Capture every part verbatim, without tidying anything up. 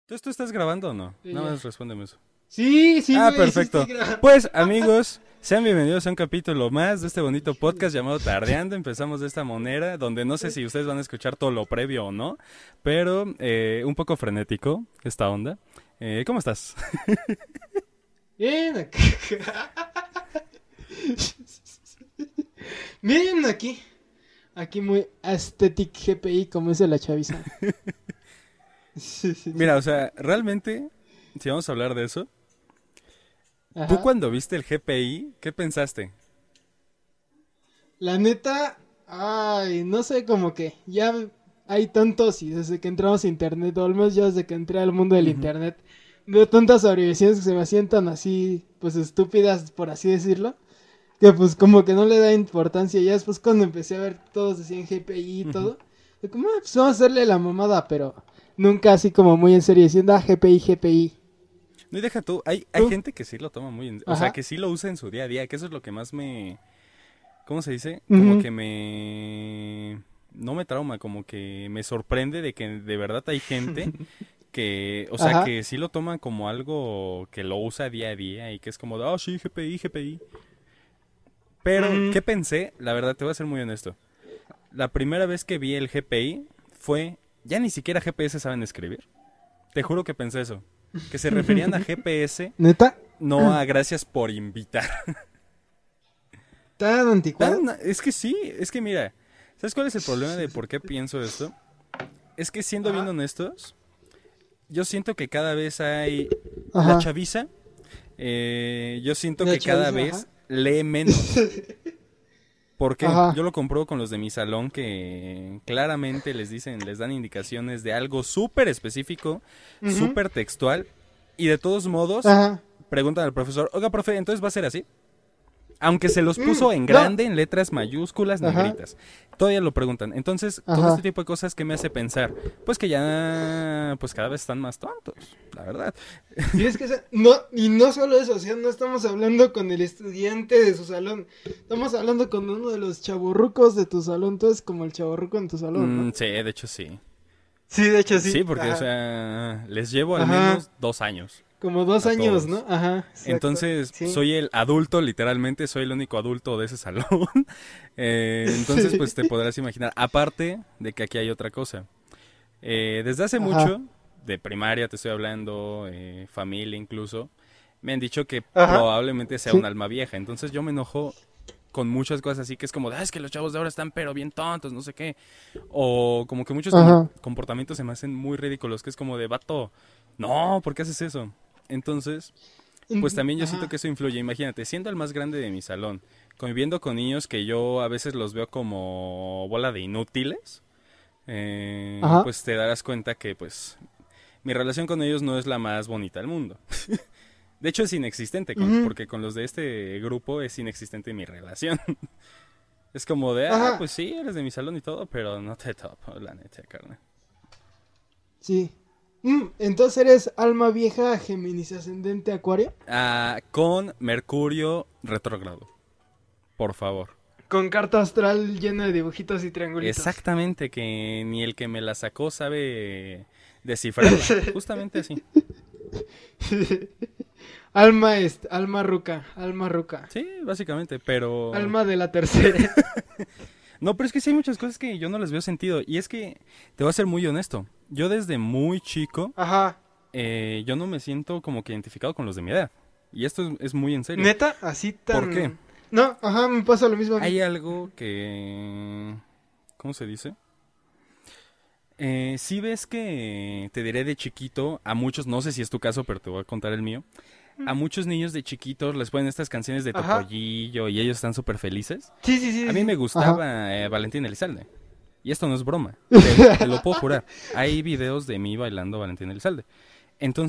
Entonces, ¿tú estás grabando o no? Sí, Nada ya. más respóndeme eso. Sí, sí, Ah, güey, sí perfecto. estoy grabando. Pues, amigos, sean bienvenidos a un capítulo más de este bonito podcast llamado Tardeando. Empezamos de esta manera, donde no sé si ustedes van a escuchar todo lo previo o no, pero eh, un poco frenético esta onda. Eh, ¿Cómo estás? Bien, aquí. Bien, aquí. Aquí muy aesthetic G P I, como dice la chaviza. Sí, sí, sí. Mira, o sea, realmente, si vamos a hablar de eso, ¿tú Ajá. cuando viste el G P I, qué pensaste? La neta, ay, no sé, como que ya hay tantos y desde que entramos a internet, o al menos ya desde que entré al mundo del Ujú. internet, veo tantas abreviaciones que se me sientan así, pues estúpidas, por así decirlo, que pues como que no le da importancia. Ya después cuando empecé a ver todos decían G P I y Ujú. todo, de como, ah, pues vamos a hacerle la mamada, pero nunca así como muy en serio diciendo, ah, G P I, G P I. No, y deja tú, hay, hay ¿Tú? gente que sí lo toma muy en... O sea, Ajá. que sí lo usa en su día a día, que eso es lo que más me... ¿Cómo se dice? Como Ujú. que me... No me trauma, como que me sorprende de que de verdad hay gente que, o sea, Ajá. que sí lo toman como algo que lo usa día a día y que es como de, oh, sí, G P I, G P I. Pero, Ujú. ¿qué pensé? La verdad, te voy a ser muy honesto. La primera vez que vi el G P I fue, ya ni siquiera G P S saben escribir. Te juro que pensé eso. Que se referían a G P S, ¿Neta? no a gracias por invitar. ¿Tan anticuado? Tan, es que sí, es que mira, ¿sabes cuál es el problema de por qué pienso esto? Es que siendo bien Ajá. honestos, yo siento que cada vez hay la Ajá. chaviza, eh, yo siento La que cada chaviza, ajá. vez lee menos. ¿Por qué? Ajá. Yo lo compruebo con los de mi salón que claramente les dicen, les dan indicaciones de algo súper específico, Ujú. súper textual, y de todos modos Ajá. preguntan al profesor, oiga, profe, ¿entonces va a ser así? Aunque se los Mm, puso en no. grande, en letras mayúsculas, Ajá. negritas. Todavía lo preguntan. Entonces, todo este Ajá. tipo de cosas que me hace pensar, pues que ya, pues cada vez están más tontos, la verdad. Y es que, o sea, no, y no solo eso, o sea, no estamos hablando con el estudiante de su salón, estamos hablando con uno de los chavorrucos de tu salón, tú eres como el chavorruco en tu salón, Mm, ¿no? sí, de hecho sí. Sí, de hecho Sí, sí, porque, o ajá, sea, les llevo al ajá, menos dos años como dos a años, ¿no? todos. Ajá, exacto, Entonces, sí. soy el adulto, literalmente, soy el único adulto de ese salón. Eh, entonces, Sí, pues te podrás imaginar. Aparte de que aquí hay otra cosa. Eh, desde hace ajá, mucho, de primaria te estoy hablando, eh, familia incluso, me han dicho que ajá, probablemente sea un sí, alma vieja. Entonces yo me enojo con muchas cosas así que es como, ah, es que los chavos de ahora están pero bien tontos, no sé qué. O como que muchos como- ajá, comportamientos se me hacen muy ridículos, que es como de, vato, no, ¿por qué haces eso? Entonces, pues mm, también yo siento ajá, que eso influye. Imagínate, siendo el más grande de mi salón, conviviendo con niños que yo a veces los veo como bola de inútiles, eh, ajá, pues te darás cuenta que pues mi relación con ellos no es la más bonita del mundo. De hecho es inexistente, con- ujú, porque con los de este grupo es inexistente mi relación. Es como de, ah, ajá, pues sí, eres de mi salón y todo, pero no te topo, la neta, carnal. sí. Mm, entonces eres alma vieja, Géminis ascendente Acuario, Ah, con Mercurio retrógrado, por favor. con carta astral llena de dibujitos y triangulitos. Exactamente, que ni el que me la sacó sabe descifrarla. Justamente así. Alma est, alma ruca, alma ruca. Sí, básicamente, pero... Alma de la tercera. No, pero es que sí hay muchas cosas que yo no les veo sentido. Y es que, te voy a ser muy honesto, yo desde muy chico, Ajá. eh, yo no me siento como que identificado con los de mi edad. Y esto es, es muy en serio. Neta, así ¿Por qué? tan. No, ajá, me pasa lo mismo a mí. Hay algo que... ¿Cómo se dice? Eh, si ves que, te diré de chiquito, a muchos, no sé si es tu caso, pero te voy a contar el mío. A muchos niños de chiquitos les ponen estas canciones de Ajá. Topollillo y ellos están súper felices. Sí, sí, sí, A mí sí. me Ajá. gustaba eh, Valentín Elizalde. Y esto no es broma. Te, te lo puedo jurar. Hay videos de mí bailando Valentín Elizalde. Entonces,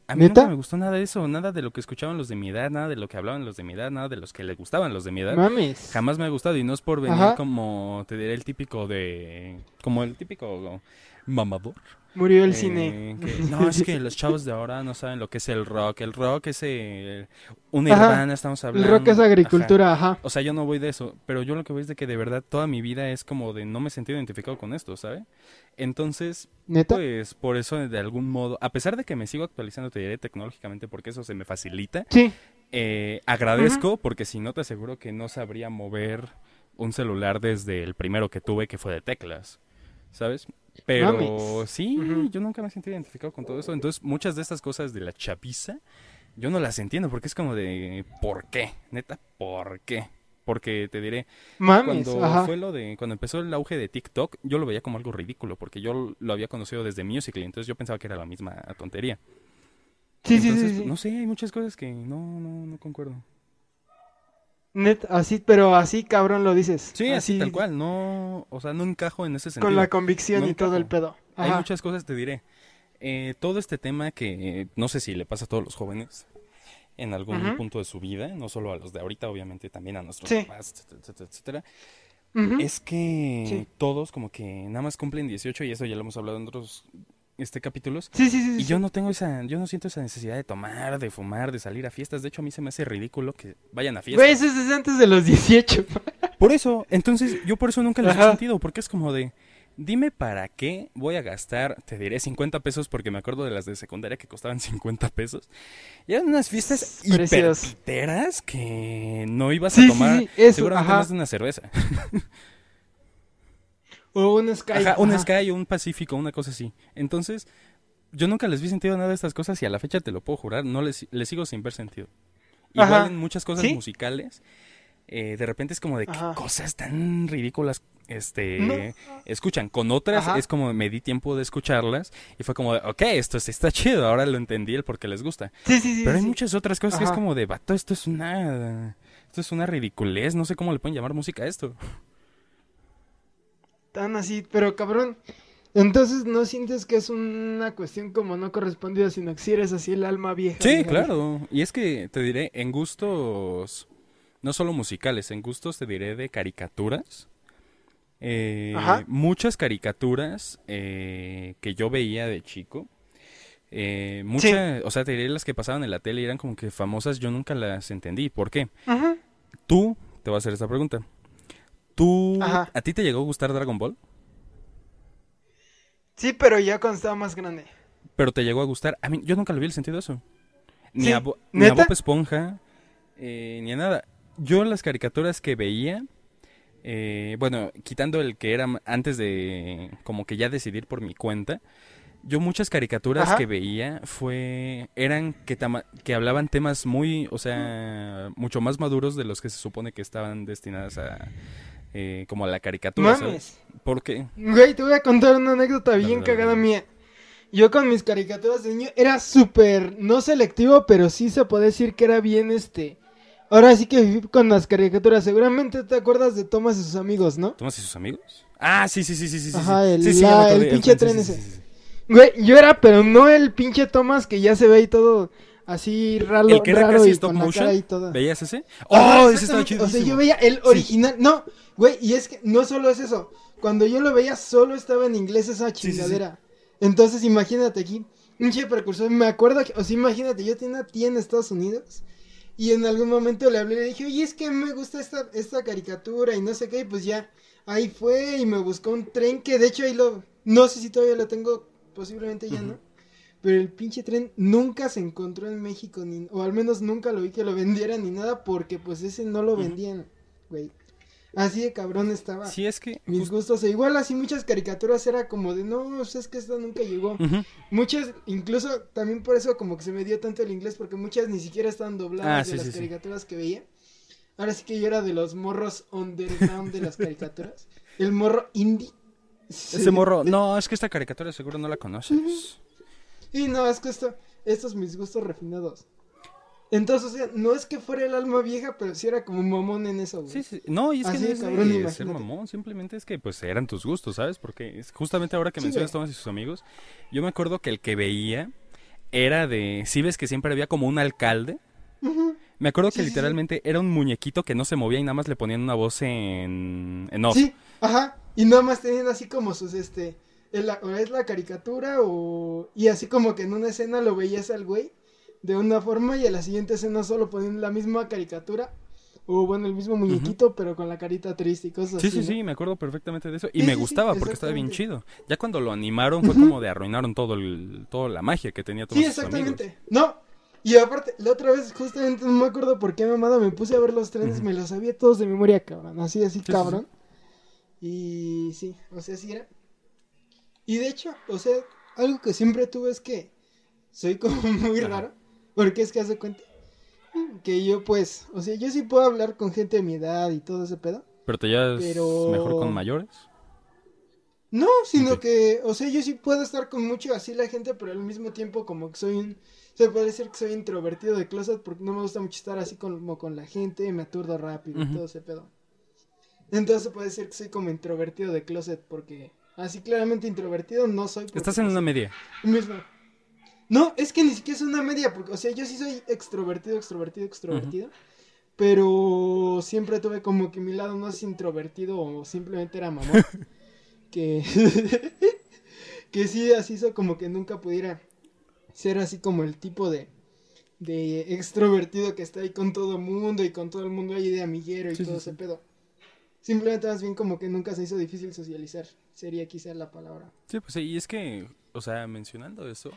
a mí ¿Neta? nunca me gustó nada de eso, nada de lo que escuchaban los de mi edad, nada de lo que hablaban los de mi edad, nada de los que les gustaban los de mi edad. Mames. Jamás me ha gustado y no es por venir Ajá. como, te diré, el típico de, como el típico mamador. Murió el Eh, cine. que, no, es que los chavos de ahora no saben lo que es el rock. El rock es eh, una Ajá. urbana, estamos El hablando. rock es agricultura, ajá. Ajá. O sea, yo no voy de eso, pero yo lo que voy es de que de verdad toda mi vida es como de no me he sentido identificado con esto, ¿sabes? Entonces, ¿Neta? pues por eso de algún modo, a pesar de que me sigo actualizando, te diré tecnológicamente porque eso se me facilita, Sí. eh, agradezco porque si no te aseguro que no sabría mover un celular desde el primero que tuve que fue de teclas, ¿sabes? Pero Mames. sí, Ujú. yo nunca me he sentido identificado con todo eso. Entonces, muchas de estas cosas de la chaviza, yo no las entiendo porque es como de, ¿por qué? Neta, ¿por qué? Porque te diré, Mames, cuando ajá. fue lo de, cuando empezó el auge de TikTok, yo lo veía como algo ridículo porque yo lo había conocido desde Musical.ly, entonces yo pensaba que era la misma tontería. Sí, sí, Entonces, sí, sí. no sé, hay muchas cosas que no, no, no concuerdo. Net, así, pero así cabrón lo dices. Sí, así tal cual, no, o sea, no encajo en ese sentido. Con la convicción No y todo el encajo. pedo. Hay Ajá. muchas cosas, te diré. Eh, todo este tema que eh, no sé si le pasa a todos los jóvenes en algún Ujú. punto de su vida, no solo a los de ahorita, obviamente también a nuestros Sí. papás, etcétera, etcétera, etcétera, Ujú. es que Sí. todos como que nada más cumplen dieciocho y eso ya lo hemos hablado en otros este capítulos. Sí, sí, sí, Y sí. yo no tengo esa, yo no siento esa necesidad de tomar, de fumar, de salir a fiestas. De hecho, a mí se me hace ridículo que vayan a Güey, fiestas. eso es desde antes de los dieciocho. Por eso, entonces, yo por eso nunca les he Ajá. sentido, porque es como de, dime para qué voy a gastar, te diré cincuenta pesos, porque me acuerdo de las de secundaria que costaban cincuenta pesos. Y eran unas fiestas Precios. hiperpiteras que no ibas Sí, a sí, tomar sí, eso, seguramente ajá. más de una cerveza. O un Sky. Ajá, un ajá. Sky o un Pacífico, una cosa así. Entonces, yo nunca les vi sentido a nada de estas cosas y a la fecha te lo puedo jurar, no les, les sigo sin ver sentido. Igual Ajá. en muchas cosas ¿Sí? musicales, eh, de repente es como de qué Ajá. cosas tan ridículas este No. escuchan. Con otras Ajá. es como me di tiempo de escucharlas y fue como de, ok, esto sí está chido, ahora lo entendí el por qué les gusta. Sí, sí, sí. Pero hay sí. muchas otras cosas que es Ajá. como de, vato, esto es una... Esto es una ridiculez, no sé cómo le pueden llamar música a esto. Tan así, pero cabrón. Entonces no sientes que es una cuestión como no correspondida, sino que si eres así el alma vieja. Sí, vieja, claro. Y es que te diré, en gustos, no solo musicales, en gustos te diré de caricaturas. Eh, Ajá. muchas caricaturas eh, que yo veía de chico. Eh, muchas, o sea, te diré las que pasaban en la tele y eran como que famosas, yo nunca las entendí. ¿Por qué? vieja. Ajá. Tú, te voy a hacer esta pregunta. ¿Tú, Ajá. a ti te llegó a gustar Dragon Ball? Sí, pero ya cuando estaba más grande. Pero te llegó a gustar. A mí, yo nunca le vi el sentido de eso. Ni, Sí, a, Bo- ni a ¿neta? Bob Esponja, eh, ni a nada. Yo las caricaturas que veía, eh, bueno, quitando el que era m- antes de como que ya decidir por mi cuenta, yo muchas caricaturas Ajá. que veía fue eran que, tama- que hablaban temas muy, o sea, mucho más maduros de los que se supone que estaban destinadas a eh, como a la caricatura, ¿sabes? Mames. Porque Güey, te voy a contar una anécdota Dale, bien dale, cagada dale. mía. Yo con mis caricaturas de niño era súper, no selectivo, pero sí se puede decir que era bien este. Ahora sí que viví con las caricaturas. Seguramente te acuerdas de Thomas y sus amigos, ¿no? ¿Thomas y sus amigos? Ah, sí, sí, sí, sí, sí, sí. Ajá, el- sí, sí, ya la- me acordé, el pinche tren, tren sí, ese. sí, sí, sí. Güey, yo era, pero no el pinche Thomas que ya se ve ahí todo así raro, El que era raro casi y stop con la cara motion, ahí toda. ¿veías ese? Ajá, ¡Oh, ese estaba exactamente. O sea, yo chidísimo! veía el Sí. original. No, güey, y es que no solo es eso. Cuando yo lo veía, solo estaba en inglés esa sí, sí. chingadera. Entonces, imagínate aquí, un che precursor. Me acuerdo que, o sea, imagínate, yo tenía una tía en Estados Unidos. Y en algún momento le hablé y le dije, oye, es que me gusta esta, esta caricatura y no sé qué. Y pues ya, ahí fue y me buscó un tren que de hecho ahí lo. No sé si todavía lo tengo, posiblemente ya Ujú. no. Pero el pinche tren nunca se encontró en México, ni, o al menos nunca lo vi que lo vendieran ni nada, porque pues ese no lo Ujú. vendían, güey. Así de cabrón estaba. Sí, es que... Mis just- gustos, e igual así muchas caricaturas era como de, no, pues es que esta nunca llegó. Ujú. Muchas, incluso también por eso como que se me dio tanto el inglés, porque muchas ni siquiera estaban dobladas Ah, de sí, las sí, sí. caricaturas que veía. Ahora sí que yo era de los morros underground de las caricaturas. El morro indie. Ese Sí. morro... No, es que esta caricatura seguro no la conoces. Y no, es que esto, estos mis gustos refinados. Entonces, o sea, no es que fuera el alma vieja, pero sí era como un mamón en eso, güey. Sí, sí. No, y es que Así no de es cabrón, de ser imagínate. mamón, simplemente es que pues eran tus gustos, ¿sabes? Porque es justamente ahora que Sí, mencionas güey. Thomas y sus amigos, yo me acuerdo que el que veía era de, ¿sí ves que siempre había como un alcalde? Ujú. Me acuerdo que Sí, sí, sí. literalmente era un muñequito que no se movía y nada más le ponían una voz en, en off. Sí, ajá. Y nada más tenían así como sus, este, el- la- o es la caricatura o... Y así como que en una escena lo veías al güey de una forma y en la siguiente escena solo ponían la misma caricatura. O bueno, el mismo Ujú. muñequito, pero con la carita triste y cosas Sí, así, sí, ¿no? sí, me acuerdo perfectamente de eso. Y Sí, me sí, sí, gustaba porque estaba bien exactamente. chido. Ya cuando lo animaron fue Ujú. como de arruinaron todo el, toda la magia que tenía Sí, todos sus amigos. exactamente. No. Y aparte, la otra vez justamente no me acuerdo por qué mamada me puse a ver los trenes, Ujú. me los sabía todos de memoria, cabrón. Así, así, Sí, sí, sí. cabrón. Y sí, o sea, sí era. Y de hecho, o sea, algo que siempre tuve es que soy como muy Ajá. raro. Porque es que hace cuenta que yo, pues, o sea, yo sí puedo hablar con gente de mi edad y todo ese pedo. Pero te llevas mejor con Pero mayores. no, Ok. sino que, o sea, yo sí puedo estar con mucho así la gente, pero al mismo tiempo como que soy un... Se puede decir que soy introvertido de closet porque no me gusta mucho estar así como con la gente, me aturdo rápido y Ujú. todo ese pedo. Entonces se puede decir que soy como introvertido de closet porque así claramente introvertido no soy porque Estás en pues una sí, media. mismo. No, es que ni siquiera es una media, porque, o sea, yo sí soy extrovertido, extrovertido, Ujú. extrovertido, pero siempre tuve como que mi lado más introvertido o simplemente era mamón, que, que sí, así hizo como que nunca pudiera ser así como el tipo de, de extrovertido que está ahí con todo el mundo y con todo el mundo ahí de amiguero y Sí, todo sí, ese sí. pedo. Simplemente más bien como que nunca se hizo difícil socializar, sería quizá la palabra. Sí, pues sí, y es que, o sea, mencionando eso,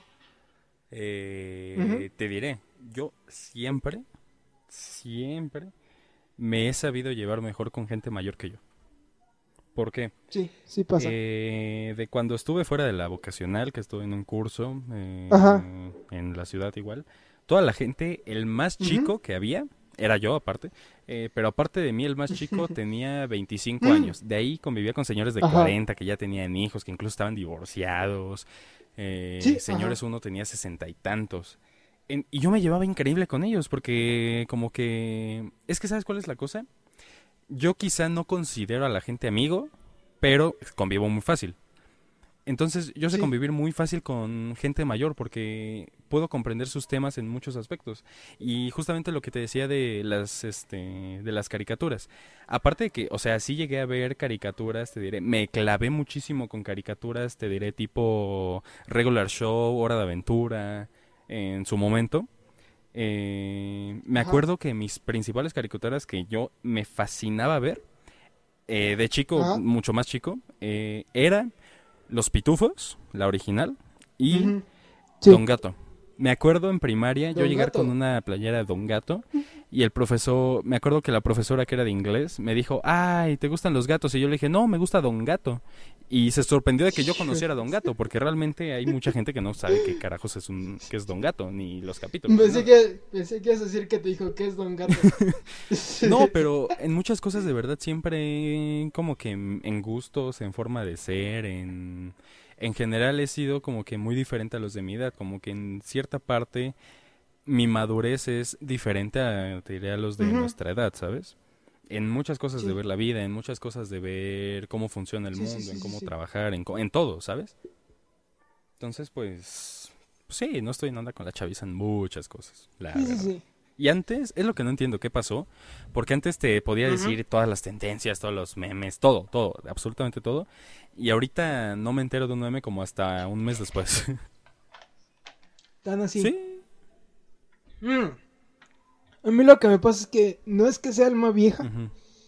Ujú. eh, te diré, yo siempre, siempre me he sabido llevar mejor con gente mayor que yo. ¿Por qué? Sí, sí pasa. Eh, de cuando estuve fuera de la vocacional, que estuve en un curso Ajá. eh, en la ciudad igual, toda la gente, el más Ujú. chico que había, era yo aparte, eh, pero aparte de mí el más chico tenía veinticinco Mm. años. De ahí convivía con señores de Ajá. cuarenta que ya tenían hijos, que incluso estaban divorciados. Eh, Sí, señores ajá. uno tenía sesenta y tantos. En- y yo me llevaba increíble con ellos porque como que... Es que ¿sabes cuál es la cosa? Yo quizá no considero a la gente amigo, pero convivo muy fácil. Entonces yo sé Sí. convivir muy fácil con gente mayor porque puedo comprender sus temas en muchos aspectos. Y justamente lo que te decía de las, este, de las caricaturas. Aparte de que, o sea, sí llegué a ver caricaturas, te diré, me clavé muchísimo con caricaturas, te diré, tipo Regular Show, Hora de Aventura, en su momento. Eh, me Ajá. acuerdo que mis principales caricaturas que yo me fascinaba ver, eh, de chico, Ajá. mucho más chico, eh, era Los Pitufos, la original, y Ujú. Don Sí. Gato. Me acuerdo en primaria yo Don llegar con Gato. una playera de Don Gato y el profesor, me acuerdo que la profesora que era de inglés me dijo, ay, ¿te gustan los gatos? Y yo le dije, no, me gusta Don Gato. Y se sorprendió de que yo conociera a Don Gato, porque realmente hay mucha gente que no sabe qué carajos es un, qué es Don Gato, ni los capítulos, ni Pensé nada. que, pensé que ibas a decir que te dijo que es Don Gato. No, pero en muchas cosas de verdad siempre como que en, en gustos, en forma de ser, en, en general he sido como que muy diferente a los de mi edad, como que en cierta parte mi madurez es diferente a, te diré, a los de Ujú. nuestra edad, ¿sabes? En muchas cosas de Sí. ver la vida, en muchas cosas de ver cómo funciona el Sí, sí, mundo, en sí, sí, cómo sí. trabajar, en, co- en todo, ¿sabes? Entonces, pues, pues sí, no estoy en onda con la chaviza en muchas cosas, la Sí, sí, verdad. sí. Y antes, es lo que no entiendo qué pasó, porque antes te podía Ujú. decir todas las tendencias, todos los memes, todo, todo, absolutamente todo, y ahorita no me entero de un meme como hasta un mes después. Tan así. Sí. Mm. A mí lo que me pasa es que no es que sea alma vieja, Ujú,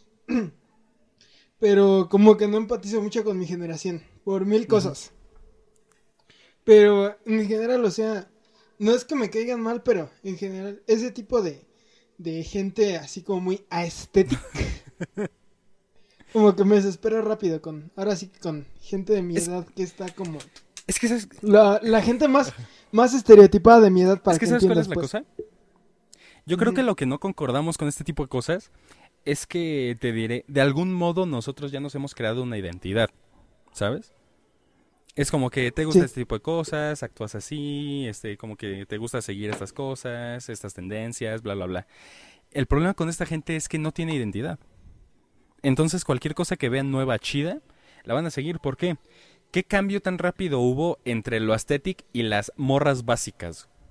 pero como que no empatizo mucho con mi generación. Por mil ujú. cosas. Pero en general, o sea, no es que me caigan mal, pero en general, ese tipo de, de gente así como muy aesthetic, como que me desespero rápido con, ahora sí que con gente de mi Es, edad que está como, es que sabes, la, la gente más, más estereotipada de mi edad es para que que sabes cuál es entiendas, la pues. cosa. Yo creo que Ujú. lo que no concordamos con este tipo de cosas es que te diré, de algún modo nosotros ya nos hemos creado una identidad, ¿sabes? Es como que te gusta Sí. este tipo de cosas, actúas así, este, como que te gusta seguir estas cosas, estas tendencias, bla, bla, bla. El problema con esta gente es que no tiene identidad. Entonces cualquier cosa que vean nueva, chida, la van a seguir. ¿Por qué? ¿Qué cambio tan rápido hubo entre lo aesthetic y las morras básicas?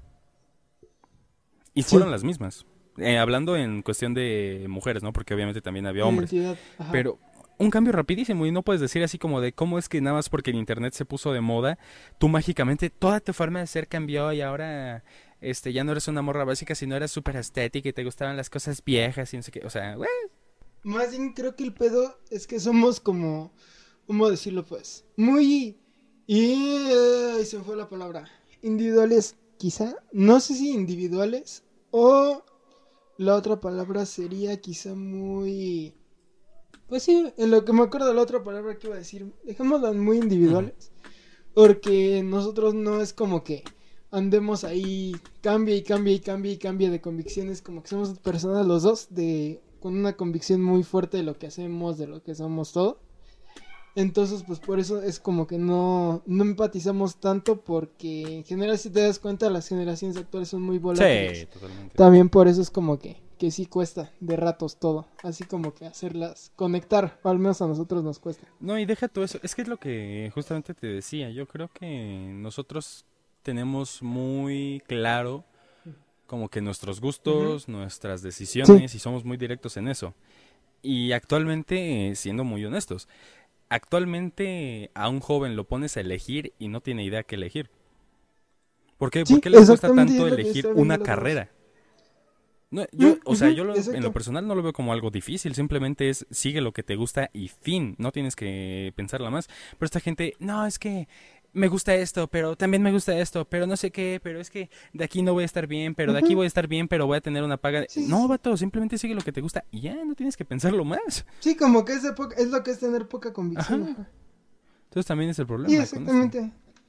Y fueron sí. las mismas. Eh, hablando en cuestión de mujeres, ¿no? Porque obviamente también había hombres. Pero un cambio rapidísimo y no puedes decir así como de cómo es que nada más porque en internet se puso de moda, tú mágicamente toda tu forma de ser cambió y ahora este ya no eres una morra básica, sino eres súper estética y te gustaban las cosas viejas y no sé qué. O sea, güey. Más bien creo que el pedo es que somos como, ¿cómo decirlo pues? Muy... Y eh, se me fue la palabra. Individuales, quizá. No sé si individuales o la otra palabra sería quizá muy... Pues sí, en lo que me acuerdo de la otra palabra que iba a decir, dejémoslas muy individuales. Porque nosotros no es como que andemos ahí, cambia y cambia y cambia y cambia de convicciones. Como que somos personas los dos de... con una convicción muy fuerte de lo que hacemos, de lo que somos todo. Entonces, pues por eso es como que no, no empatizamos tanto, porque en general, si te das cuenta, las generaciones actuales son muy volátiles. Sí, totalmente. También por eso es como que, que sí cuesta de ratos todo, así como que hacerlas conectar, o al menos a nosotros nos cuesta. No, y deja tú eso, es que es lo que justamente te decía, yo creo que nosotros tenemos muy claro como que nuestros gustos, uh-huh. nuestras decisiones, sí. y somos muy directos en eso. Y actualmente, siendo muy honestos, actualmente a un joven lo pones a elegir y no tiene idea qué elegir. ¿Por qué? Sí, ¿Por qué les cuesta tanto elegir una carrera? No, yo, o sea, yo lo, en lo personal no lo veo como algo difícil, simplemente es sigue lo que te gusta y fin, no tienes que pensarla más. Pero esta gente, no, es que me gusta esto, pero también me gusta esto, pero no sé qué, pero es que de aquí no voy a estar bien, pero de aquí voy a estar bien, pero voy a tener una paga. Sí, no, vato, simplemente sigue lo que te gusta y ya, no tienes que pensarlo más. Sí, como que es, de poca, es lo que es tener poca convicción. Ajá. Entonces también es el problema. Sí, exactamente.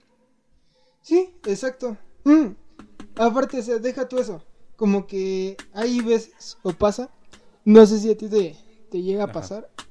Sí, exacto. Mm. Aparte, o sea, deja tú eso. Como que hay veces, o pasa, no sé si a ti te, te llega a pasar, Ajá.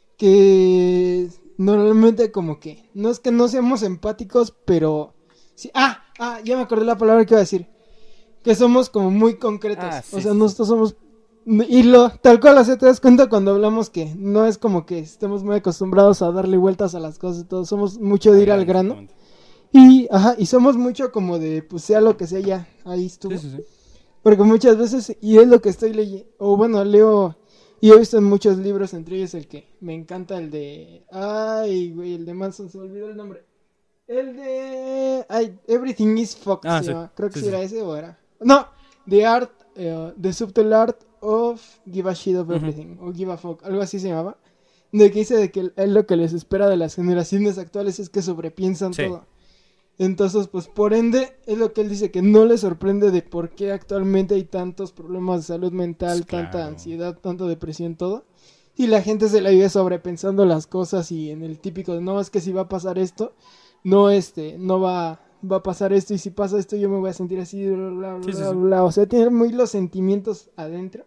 que normalmente como que, no es que no seamos empáticos, pero... Sí, ah, ah, ya me acordé la palabra que iba a decir. Que somos como muy concretos. Ah, sí, o sea, sí. nosotros somos... Y lo, tal cual, o sea, te das cuenta cuando hablamos que no es como que estemos muy acostumbrados a darle vueltas a las cosas y todo. Somos mucho de ir ah, al grano. Y, ajá, y somos mucho como de, pues sea lo que sea, ya, ahí estuvo. Sí, sí, sí. Porque muchas veces, y es lo que estoy leyendo, o bueno, leo, y he visto en muchos libros, entre ellos el que me encanta, el de, ay, güey, el de Manson, se me olvidó el nombre. El de, ay, Everything is Fucked, ah, sí. creo que sí, sí era ese o era. No, The Art, uh, The Subtle Art of Give a Shit of Everything, uh-huh. o Give a Fuck, algo así se llamaba. De que dice de que es lo que les espera de las generaciones actuales es que sobrepiensan sí. todo. Entonces, pues, por ende, es lo que él dice, que no le sorprende de por qué actualmente hay tantos problemas de salud mental, claro. tanta ansiedad, tanta depresión, todo. Y la gente se la vive sobrepensando las cosas y en el típico de, no, es que si va a pasar esto, no, este, no va, va a pasar esto, y si pasa esto yo me voy a sentir así, bla, bla, bla, sí, sí, sí. bla. O sea, tener muy los sentimientos adentro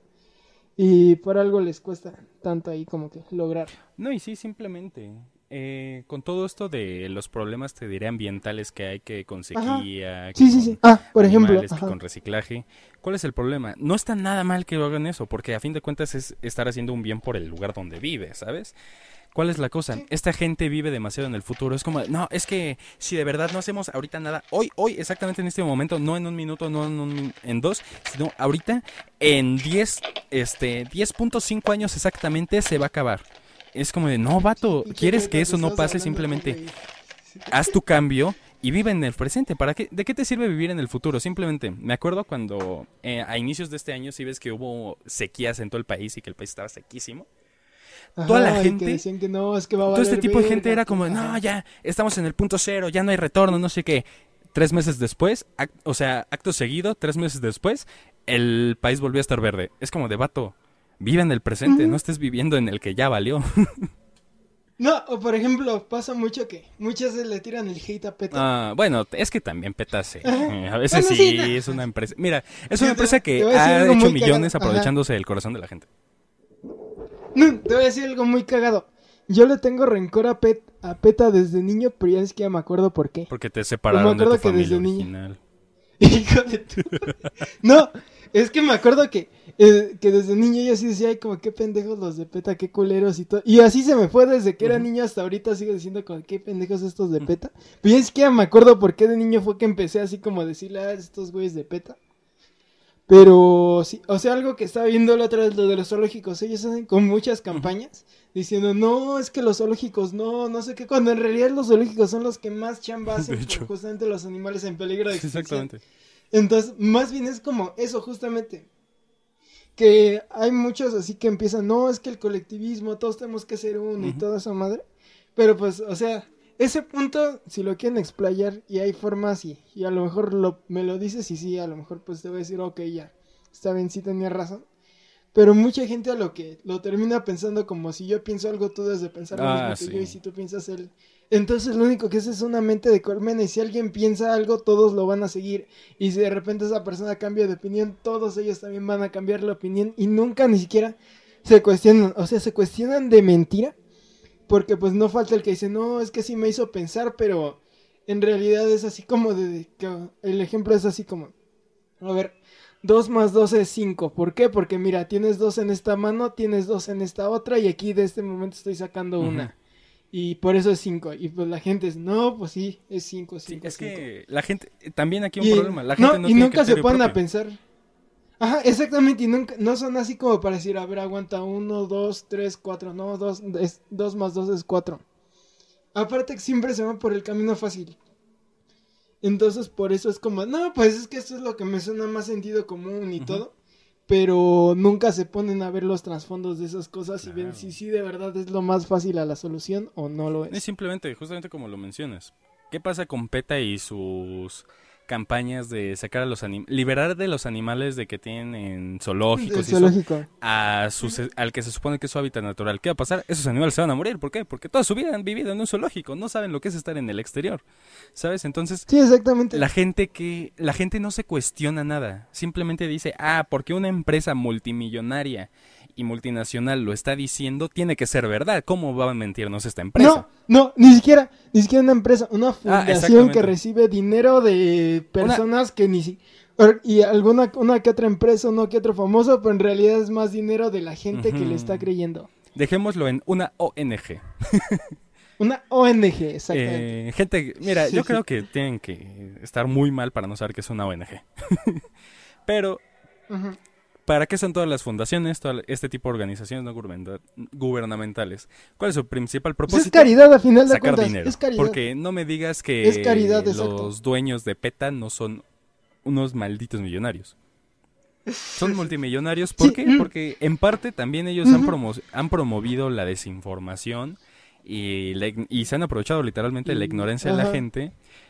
y por algo les cuesta tanto ahí como que lograr. No, y sí, simplemente... Eh, con todo esto de los problemas, te diré, ambientales que hay que con sequía, que sí, sí, sí. Ah, por ejemplo, que con reciclaje, ¿cuál es el problema? No está nada mal que hagan eso, porque a fin de cuentas es estar haciendo un bien por el lugar donde vive, ¿sabes? ¿Cuál es la cosa? Sí. Esta gente vive demasiado en el futuro. Es como, no, es que si de verdad no hacemos ahorita nada, hoy, hoy, exactamente en este momento, no en un minuto, no en, un, en dos, sino ahorita, en diez, este, diez punto cinco años exactamente se va a acabar. Es como de, no, vato, ¿quieres que eso no pase? Simplemente haz tu cambio y vive en el presente. ¿Para qué? ¿De qué te sirve vivir en el futuro? Simplemente, me acuerdo cuando eh, a inicios de este año, si ves que hubo sequías en todo el país y que el país estaba sequísimo. Ajá, toda la gente, que decían que no, es que va a todo este tipo de gente verga, era como, no, ya, estamos en el punto cero, ya no hay retorno, no sé qué. Tres meses después, act, o sea, acto seguido, tres meses después, el país volvió a estar verde. Es como de, vato, vive en el presente, uh-huh. no estés viviendo en el que ya valió. No, o por ejemplo, pasa mucho que muchas veces le tiran el hate a PETA. Ah, bueno, es que también PETA sí. Eh, a veces bueno, sí, sí no. es una empresa. Mira, es una empresa que ha hecho millones cagado. aprovechándose Ajá. del corazón de la gente. No, te voy a decir algo muy cagado. Yo le tengo rencor a, Pet, a PETA desde niño, pero ya es que ya me acuerdo por qué. Porque te separaron de tu familia original. Hijo de tu... No, es que me acuerdo que, eh, que desde niño yo sí decía, ay, como qué pendejos los de PETA, qué culeros y todo. Y así se me fue desde que era uh-huh. niño hasta ahorita, sigo diciendo como qué pendejos estos de PETA. Pero ya es que ya me acuerdo por qué de niño fue que empecé así como a decirle a estos güeyes de PETA. Pero, sí, o sea, algo que estaba viendo la otra vez, lo de los zoológicos, ellos hacen con muchas campañas uh-huh. diciendo, no, es que los zoológicos, no, no sé qué, cuando en realidad los zoológicos son los que más chamba hacen por justamente los animales en peligro de extinción. Exactamente. Entonces, más bien es como eso, justamente, que hay muchos así que empiezan, no, es que el colectivismo, todos tenemos que ser uno uh-huh. y toda esa madre, pero pues, o sea... Ese punto, si lo quieren explayar y hay formas y, y a lo mejor lo, me lo dices y sí, a lo mejor pues te voy a decir, ok, ya, está bien, sí tenía razón. Pero mucha gente a lo que lo termina pensando como si yo pienso algo, tú debes de pensar lo ah, mismo sí. que yo y si tú piensas él. Entonces lo único que es es una mente de colmena y si alguien piensa algo, todos lo van a seguir. Y si de repente esa persona cambia de opinión, todos ellos también van a cambiar la opinión y nunca ni siquiera se cuestionan, o sea, se cuestionan de mentira. Porque pues no falta el que dice, no, es que sí me hizo pensar, pero en realidad es así como de, que el ejemplo es así como, a ver, dos más dos es cinco, ¿por qué? Porque mira, tienes dos en esta mano, tienes dos en esta otra y aquí de este momento estoy sacando uh-huh. una. Y por eso es cinco. Y pues la gente es, no, pues sí, es cinco, cinco, sí, es cinco. que la gente, también aquí un y, problema, la no, gente no y tiene nunca se ponen propio. a pensar. Ajá, exactamente, y nunca, no son así como para decir, a ver, aguanta, uno, dos, tres, cuatro, no, dos, es, dos más dos es cuatro. Aparte que siempre se van por el camino fácil. Entonces por eso es como, no, pues es que esto es lo que me suena más sentido común y uh-huh. todo. Pero nunca se ponen a ver los trasfondos de esas cosas claro. y ven si sí de verdad es lo más fácil a la solución o no lo es. Es simplemente, justamente como lo mencionas. ¿Qué pasa con PETA y sus campañas de sacar a los animales, liberar de los animales de que tienen en zoológicos y zoológico. Eso, a sus, al que se supone que es su hábitat natural? ¿Qué va a pasar? Esos animales se van a morir. ¿Por qué? Porque toda su vida han vivido en un zoológico, no saben lo que es estar en el exterior, ¿sabes? Entonces, sí, exactamente. La gente que la gente no se cuestiona nada, simplemente dice, ah, porque una empresa multimillonaria y multinacional lo está diciendo, tiene que ser verdad. ¿Cómo va a mentirnos esta empresa? No, no, ni siquiera, ni siquiera una empresa, una fundación ah, que recibe dinero de personas una... que ni si y alguna una que otra empresa, uno que otro famoso, pero en realidad es más dinero de la gente uh-huh. que le está creyendo. Dejémoslo en una O N G. Una O N G, exactamente. Eh, gente, mira, sí, yo sí. creo que tienen que estar muy mal para no saber qué es una O N G. Pero uh-huh. ¿para qué son todas las fundaciones, todo este tipo de organizaciones no gubernamentales? ¿Cuál es su principal propósito? Pues es caridad, a final de Sacar cuentas. dinero. Es caridad. Porque no me digas que es caridad, los exacto. dueños de PETA no son unos malditos millonarios. Son multimillonarios. ¿Por sí. qué? Porque en parte también ellos uh-huh. han, promo- han promovido la desinformación y, la, y se han aprovechado literalmente de la ignorancia uh-huh. de la gente.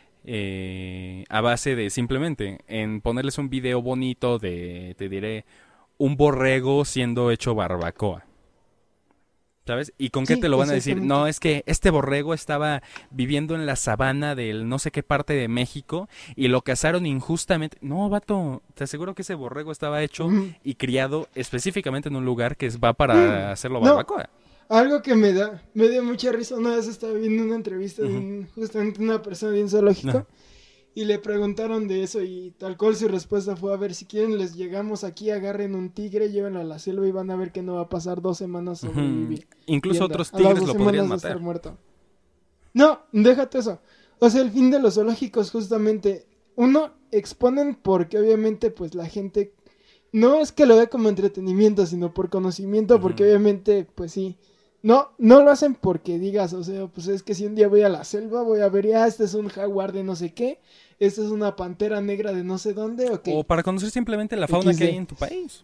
Eh, a base de simplemente en ponerles un video bonito de, te diré, un borrego siendo hecho barbacoa, ¿sabes? ¿Y con sí, qué te lo van a decir? No, es que este borrego estaba viviendo en la sabana del no sé qué parte de México y lo cazaron injustamente. No, vato, te aseguro que ese borrego estaba hecho uh-huh. y criado específicamente en un lugar que va para uh-huh. hacerlo barbacoa. No. Algo que me da, me dio mucha risa, una vez estaba viendo una entrevista uh-huh. de un, justamente una persona de un zoológico uh-huh. y le preguntaron de eso y tal cual su respuesta fue, a ver, si quieren les llegamos aquí, agarren un tigre, llévenlo a la selva y van a ver que no va a pasar dos semanas sobrevivir. Uh-huh. Incluso viendo. Otros tigres lo podrían matar. Estar muerto. No, déjate eso. O sea, el fin de los zoológicos justamente, uno, exponen porque obviamente pues la gente, no es que lo vea como entretenimiento, sino por conocimiento, uh-huh. porque obviamente pues sí. No, no lo hacen porque digas, o sea, pues es que si un día voy a la selva, voy a ver, ah, este es un jaguar de no sé qué, esta es una pantera negra de no sé dónde, okay. O para conocer simplemente la fauna X D que hay en tu país.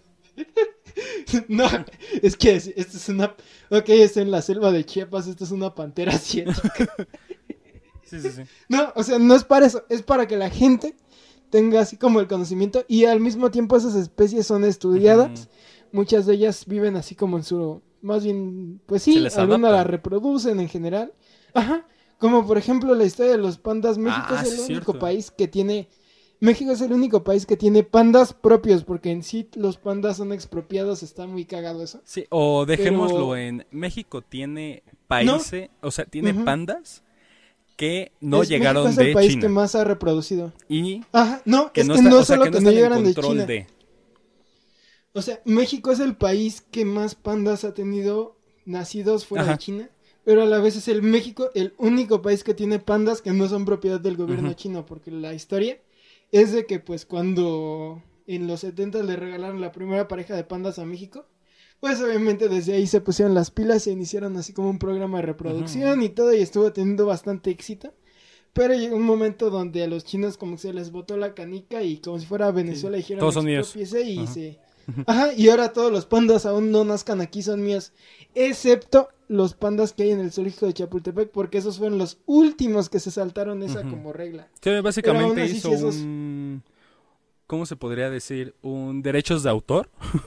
No, es que esta es una, ok, está en la selva de Chiapas, esta es una pantera asiática. Sí, sí, sí. No, o sea, no es para eso, es para que la gente tenga así como el conocimiento y al mismo tiempo esas especies son estudiadas, uh-huh. muchas de ellas viven así como en su... Más bien, pues sí, algunas la reproducen en general. Ajá, como por ejemplo la historia de los pandas. México ah, es el único cierto. país que tiene... México es el único país que tiene pandas propios, porque en sí los pandas son expropiados, está muy cagado eso. Sí, o dejémoslo Pero... en... México tiene países, ¿no? O sea, tiene uh-huh. pandas que no es, llegaron México es el de país China. que más ha reproducido. Y... Ajá, no, que es no que está, no o sea, solo que no que no llegaran de control China. De... O sea, México es el país que más pandas ha tenido nacidos fuera Ajá. de China, pero a la vez es el México el único país que tiene pandas que no son propiedad del gobierno uh-huh. chino, porque la historia es de que pues cuando en los setenta le regalaron la primera pareja de pandas a México, pues obviamente desde ahí se pusieron las pilas, se iniciaron así como un programa de reproducción uh-huh. y todo, y estuvo teniendo bastante éxito. Pero llegó un momento donde a los chinos como que se les botó la canica y como si fuera Venezuela sí. dijeron todos son míos. Y uh-huh. se... Ajá, y ahora todos los pandas aún no nazcan aquí, son míos, excepto los pandas que hay en el zoológico de Chapultepec, porque esos fueron los últimos que se saltaron esa uh-huh. como regla. Sí, básicamente hizo sí, esos... un... ¿Cómo se podría decir? Un derechos de autor.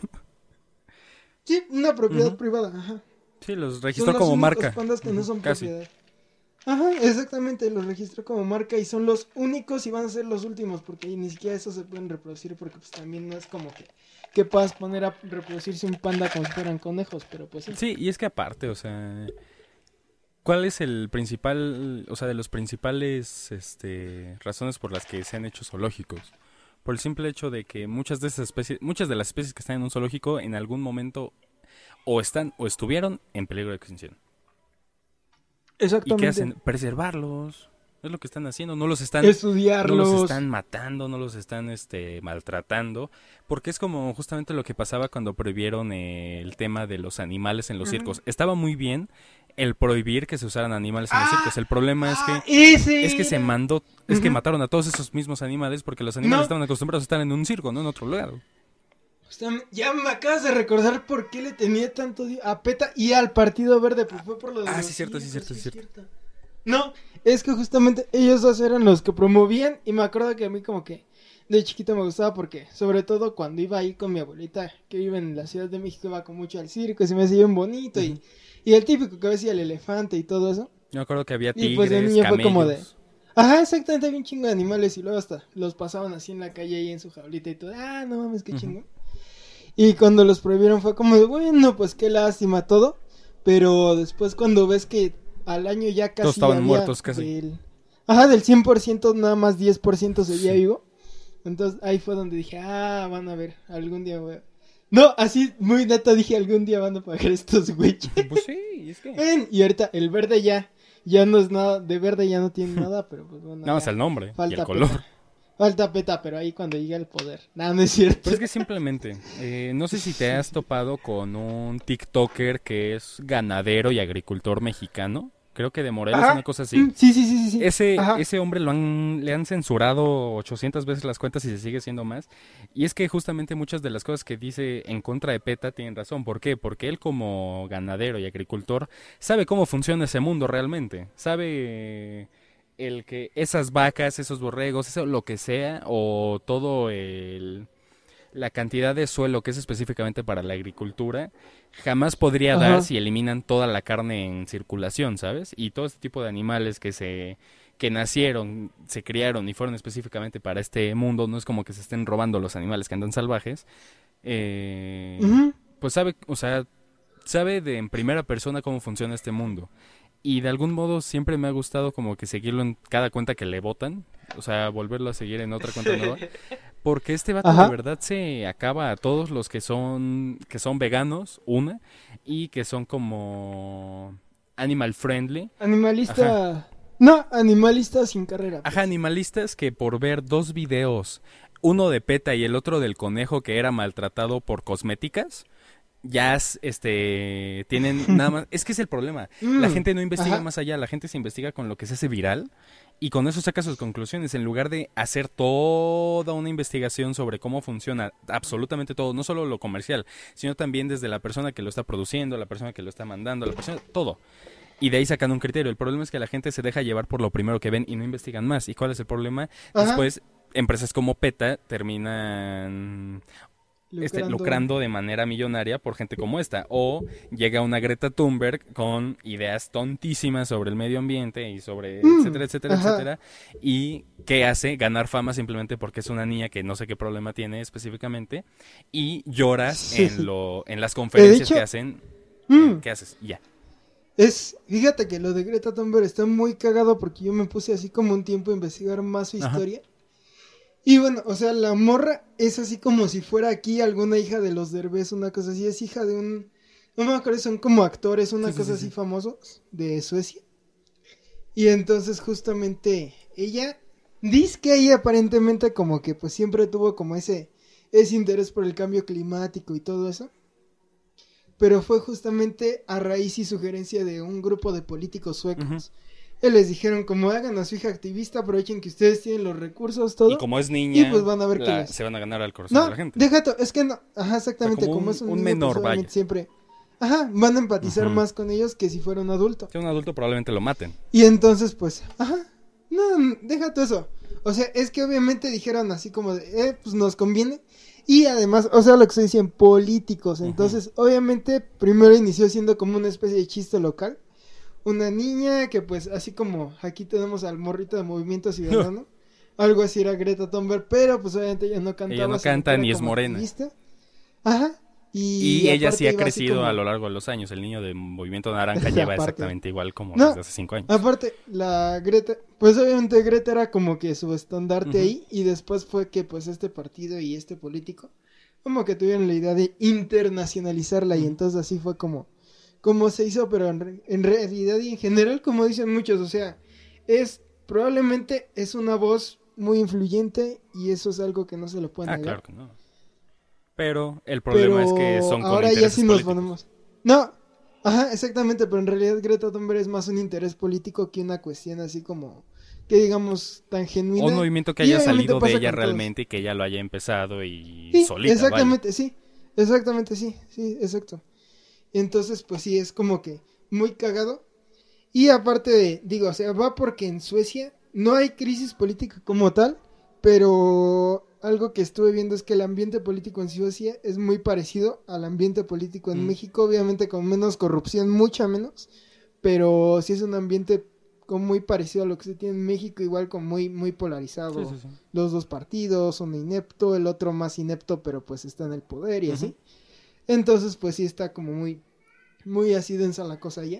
Sí, una propiedad uh-huh. privada, ajá. Sí, los registró como marca. Los pandas que uh-huh. no son Casi. propiedad. Ajá, exactamente, los registró como marca y son los únicos y van a ser los últimos, porque ni siquiera esos se pueden reproducir, porque pues también no es como que, que puedas poner a reproducirse un panda como si fueran conejos, pero pues sí. Sí, y es que aparte, o sea, ¿cuál es el principal, o sea, de los principales este, razones por las que se han hecho zoológicos? Por el simple hecho de que muchas de esas especies, muchas de las especies que están en un zoológico en algún momento o están o estuvieron en peligro de extinción. Exactamente. ¿Y qué hacen? Preservarlos. Es lo que están haciendo. No los están... Estudiarlos. No los están matando, no los están este, maltratando. Porque es como justamente lo que pasaba cuando prohibieron eh, el tema de los animales en los uh-huh. circos. Estaba muy bien el prohibir que se usaran animales en ah, los circos. El problema ah, es que ese. es que se mandó... Es uh-huh. que mataron a todos esos mismos animales porque los animales no. estaban acostumbrados a estar en un circo, no en otro lugar. Ya me acabas de recordar por qué le tenía tanto odio a PETA y al Partido Verde, pues fue por lo de Ah, los sí, cierto, sí, cierto, sí, sí, cierto. No, es que justamente ellos dos eran los que promovían y me acuerdo que a mí como que de chiquito me gustaba porque, sobre todo cuando iba ahí con mi abuelita, que vive en la Ciudad de México, iba con mucho al circo y se me hacía bien bonito uh-huh. y, y el típico que decía el elefante y todo eso. Yo me acuerdo que había tigres, y pues de niño camellos. Fue como de... Ajá, exactamente, había un chingo de animales y luego hasta los pasaban así en la calle ahí en su jaulita y todo. Ah, no mames, qué uh-huh. chingón. Y cuando los prohibieron fue como de, bueno, pues qué lástima todo. Pero después cuando ves que al año ya casi todos estaban había muertos casi. Del, ajá, del cien por ciento nada más diez por ciento seguía sí. vivo. Entonces ahí fue donde dije, ah, van a ver, algún día voy a... No, así muy neta dije, algún día van a pagar estos güeyes. Pues sí, es que... Ven, y ahorita el verde ya, ya no es nada, de verde ya no tiene nada, pero pues bueno. Nada más el nombre y el color. Peta. Falta PETA, pero ahí cuando llega el poder. Nada, no es cierto. Pues es que simplemente, eh, no sé si te has topado con un TikToker que es ganadero y agricultor mexicano. Creo que de Morelos, Ajá. una cosa así. Sí, sí, sí, sí. Ese, ese hombre lo han, le han censurado ochocientas veces las cuentas y se sigue siendo más. Y es que justamente muchas de las cosas que dice en contra de PETA tienen razón. ¿Por qué? Porque él como ganadero y agricultor sabe cómo funciona ese mundo realmente. Sabe... el que esas vacas, esos borregos, eso lo que sea, o todo el la cantidad de suelo que es específicamente para la agricultura, jamás podría Ajá. dar si eliminan toda la carne en circulación, ¿sabes? Y todo este tipo de animales que se que nacieron, se criaron y fueron específicamente para este mundo, no es como que se estén robando los animales que andan salvajes, eh, uh-huh. pues sabe, o sea, sabe de en primera persona cómo funciona este mundo. Y de algún modo siempre me ha gustado como que seguirlo en cada cuenta que le botan. O sea, volverlo a seguir en otra cuenta nueva. Porque este vato Ajá. de verdad se acaba a todos los que son que son veganos, una. Y que son como animal friendly. Animalista... Ajá. No, animalistas sin carrera. Pues. Ajá, animalistas que por ver dos videos, uno de PETA y el otro del conejo que era maltratado por cosméticas... ya este tienen nada más, es que es el problema, mm, la gente no investiga ajá. más allá, la gente se investiga con lo que se hace viral y con eso saca sus conclusiones en lugar de hacer toda una investigación sobre cómo funciona absolutamente todo, no solo lo comercial, sino también desde la persona que lo está produciendo, la persona que lo está mandando, la persona, todo. Y de ahí sacan un criterio. El problema es que la gente se deja llevar por lo primero que ven y no investigan más. ¿Y cuál es el problema? Ajá. Después, empresas como PETA terminan... Lucrando. Este, lucrando de manera millonaria por gente como esta. O llega una Greta Thunberg con ideas tontísimas sobre el medio ambiente y sobre mm, etcétera, etcétera, ajá. etcétera. Y ¿qué hace? Ganar fama simplemente porque es una niña que no sé qué problema tiene específicamente. Y lloras sí. en lo en las conferencias hecho, que hacen. Mm, ¿Qué haces? Ya. Es, fíjate que lo de Greta Thunberg está muy cagado porque yo me puse así como un tiempo a investigar más su historia. Ajá. Y bueno, o sea, la morra es así como si fuera aquí alguna hija de los Derbez, una cosa así, es hija de un, no me acuerdo, son como actores, una sí, cosa sí, sí, así sí. famosos de Suecia. Y entonces justamente ella, dice que ella aparentemente como que pues siempre tuvo como ese, ese interés por el cambio climático y todo eso. Pero fue justamente a raíz y sugerencia de un grupo de políticos suecos. Uh-huh. Les dijeron, como hagan a su hija activista, aprovechen que ustedes tienen los recursos, todo. Y como es niña, y pues van a ver la, que les... se van a ganar al corazón no, de la gente. Déjate, es que no, ajá, exactamente, o sea, como, como un, es un, un niño, menor, pues, vaya. Siempre, ajá, van a empatizar uh-huh. más con ellos que si fuera un adulto. Que un adulto probablemente lo maten. Y entonces, pues, ajá, no, déjate eso. O sea, es que obviamente dijeron así como de, eh, pues nos conviene. Y además, o sea, lo que se dicen políticos. Entonces, uh-huh. obviamente, primero inició siendo como una especie de chiste local. Una niña que, pues, así como aquí tenemos al morrito de Movimiento Ciudadano. Algo así era Greta Thunberg, pero pues obviamente ella no cantaba. Ella no canta ni es morena. Activista. Ajá. Y, y ella sí ha crecido como... a lo largo de los años. El niño de Movimiento Naranja lleva aparte, exactamente igual como no, desde hace cinco años. Aparte, la Greta, pues obviamente Greta era como que su estandarte uh-huh. ahí. Y después fue que pues este partido y este político como que tuvieron la idea de internacionalizarla. Uh-huh. Y entonces así fue como, como se hizo. Pero en, en realidad y en general, como dicen muchos, o sea, es probablemente es una voz muy influyente. Y eso es algo que no se lo pueden ah, negar. Claro que no. Pero el problema pero es que son con ahora ya sí nos políticos. ponemos. No, ajá, exactamente, pero en realidad Greta Thunberg es más un interés político que una cuestión así como que digamos tan genuina. Un movimiento que haya salido de ella realmente y que ella lo haya empezado y sí, solita. Exactamente, vaya. sí. Exactamente, sí, sí, exacto. Entonces, pues sí, es como que muy cagado. Y aparte de, digo, o sea, va porque en Suecia no hay crisis política como tal, pero algo que estuve viendo es que el ambiente político en Suecia es muy parecido al ambiente político en mm. México, obviamente con menos corrupción, mucha menos, pero sí es un ambiente como muy parecido a lo que se tiene en México, igual como muy, muy polarizado, sí, sí, sí. Los dos partidos, uno inepto, el otro más inepto, pero pues está en el poder y uh-huh. así. Entonces, pues sí está como muy, muy así densa la cosa allá,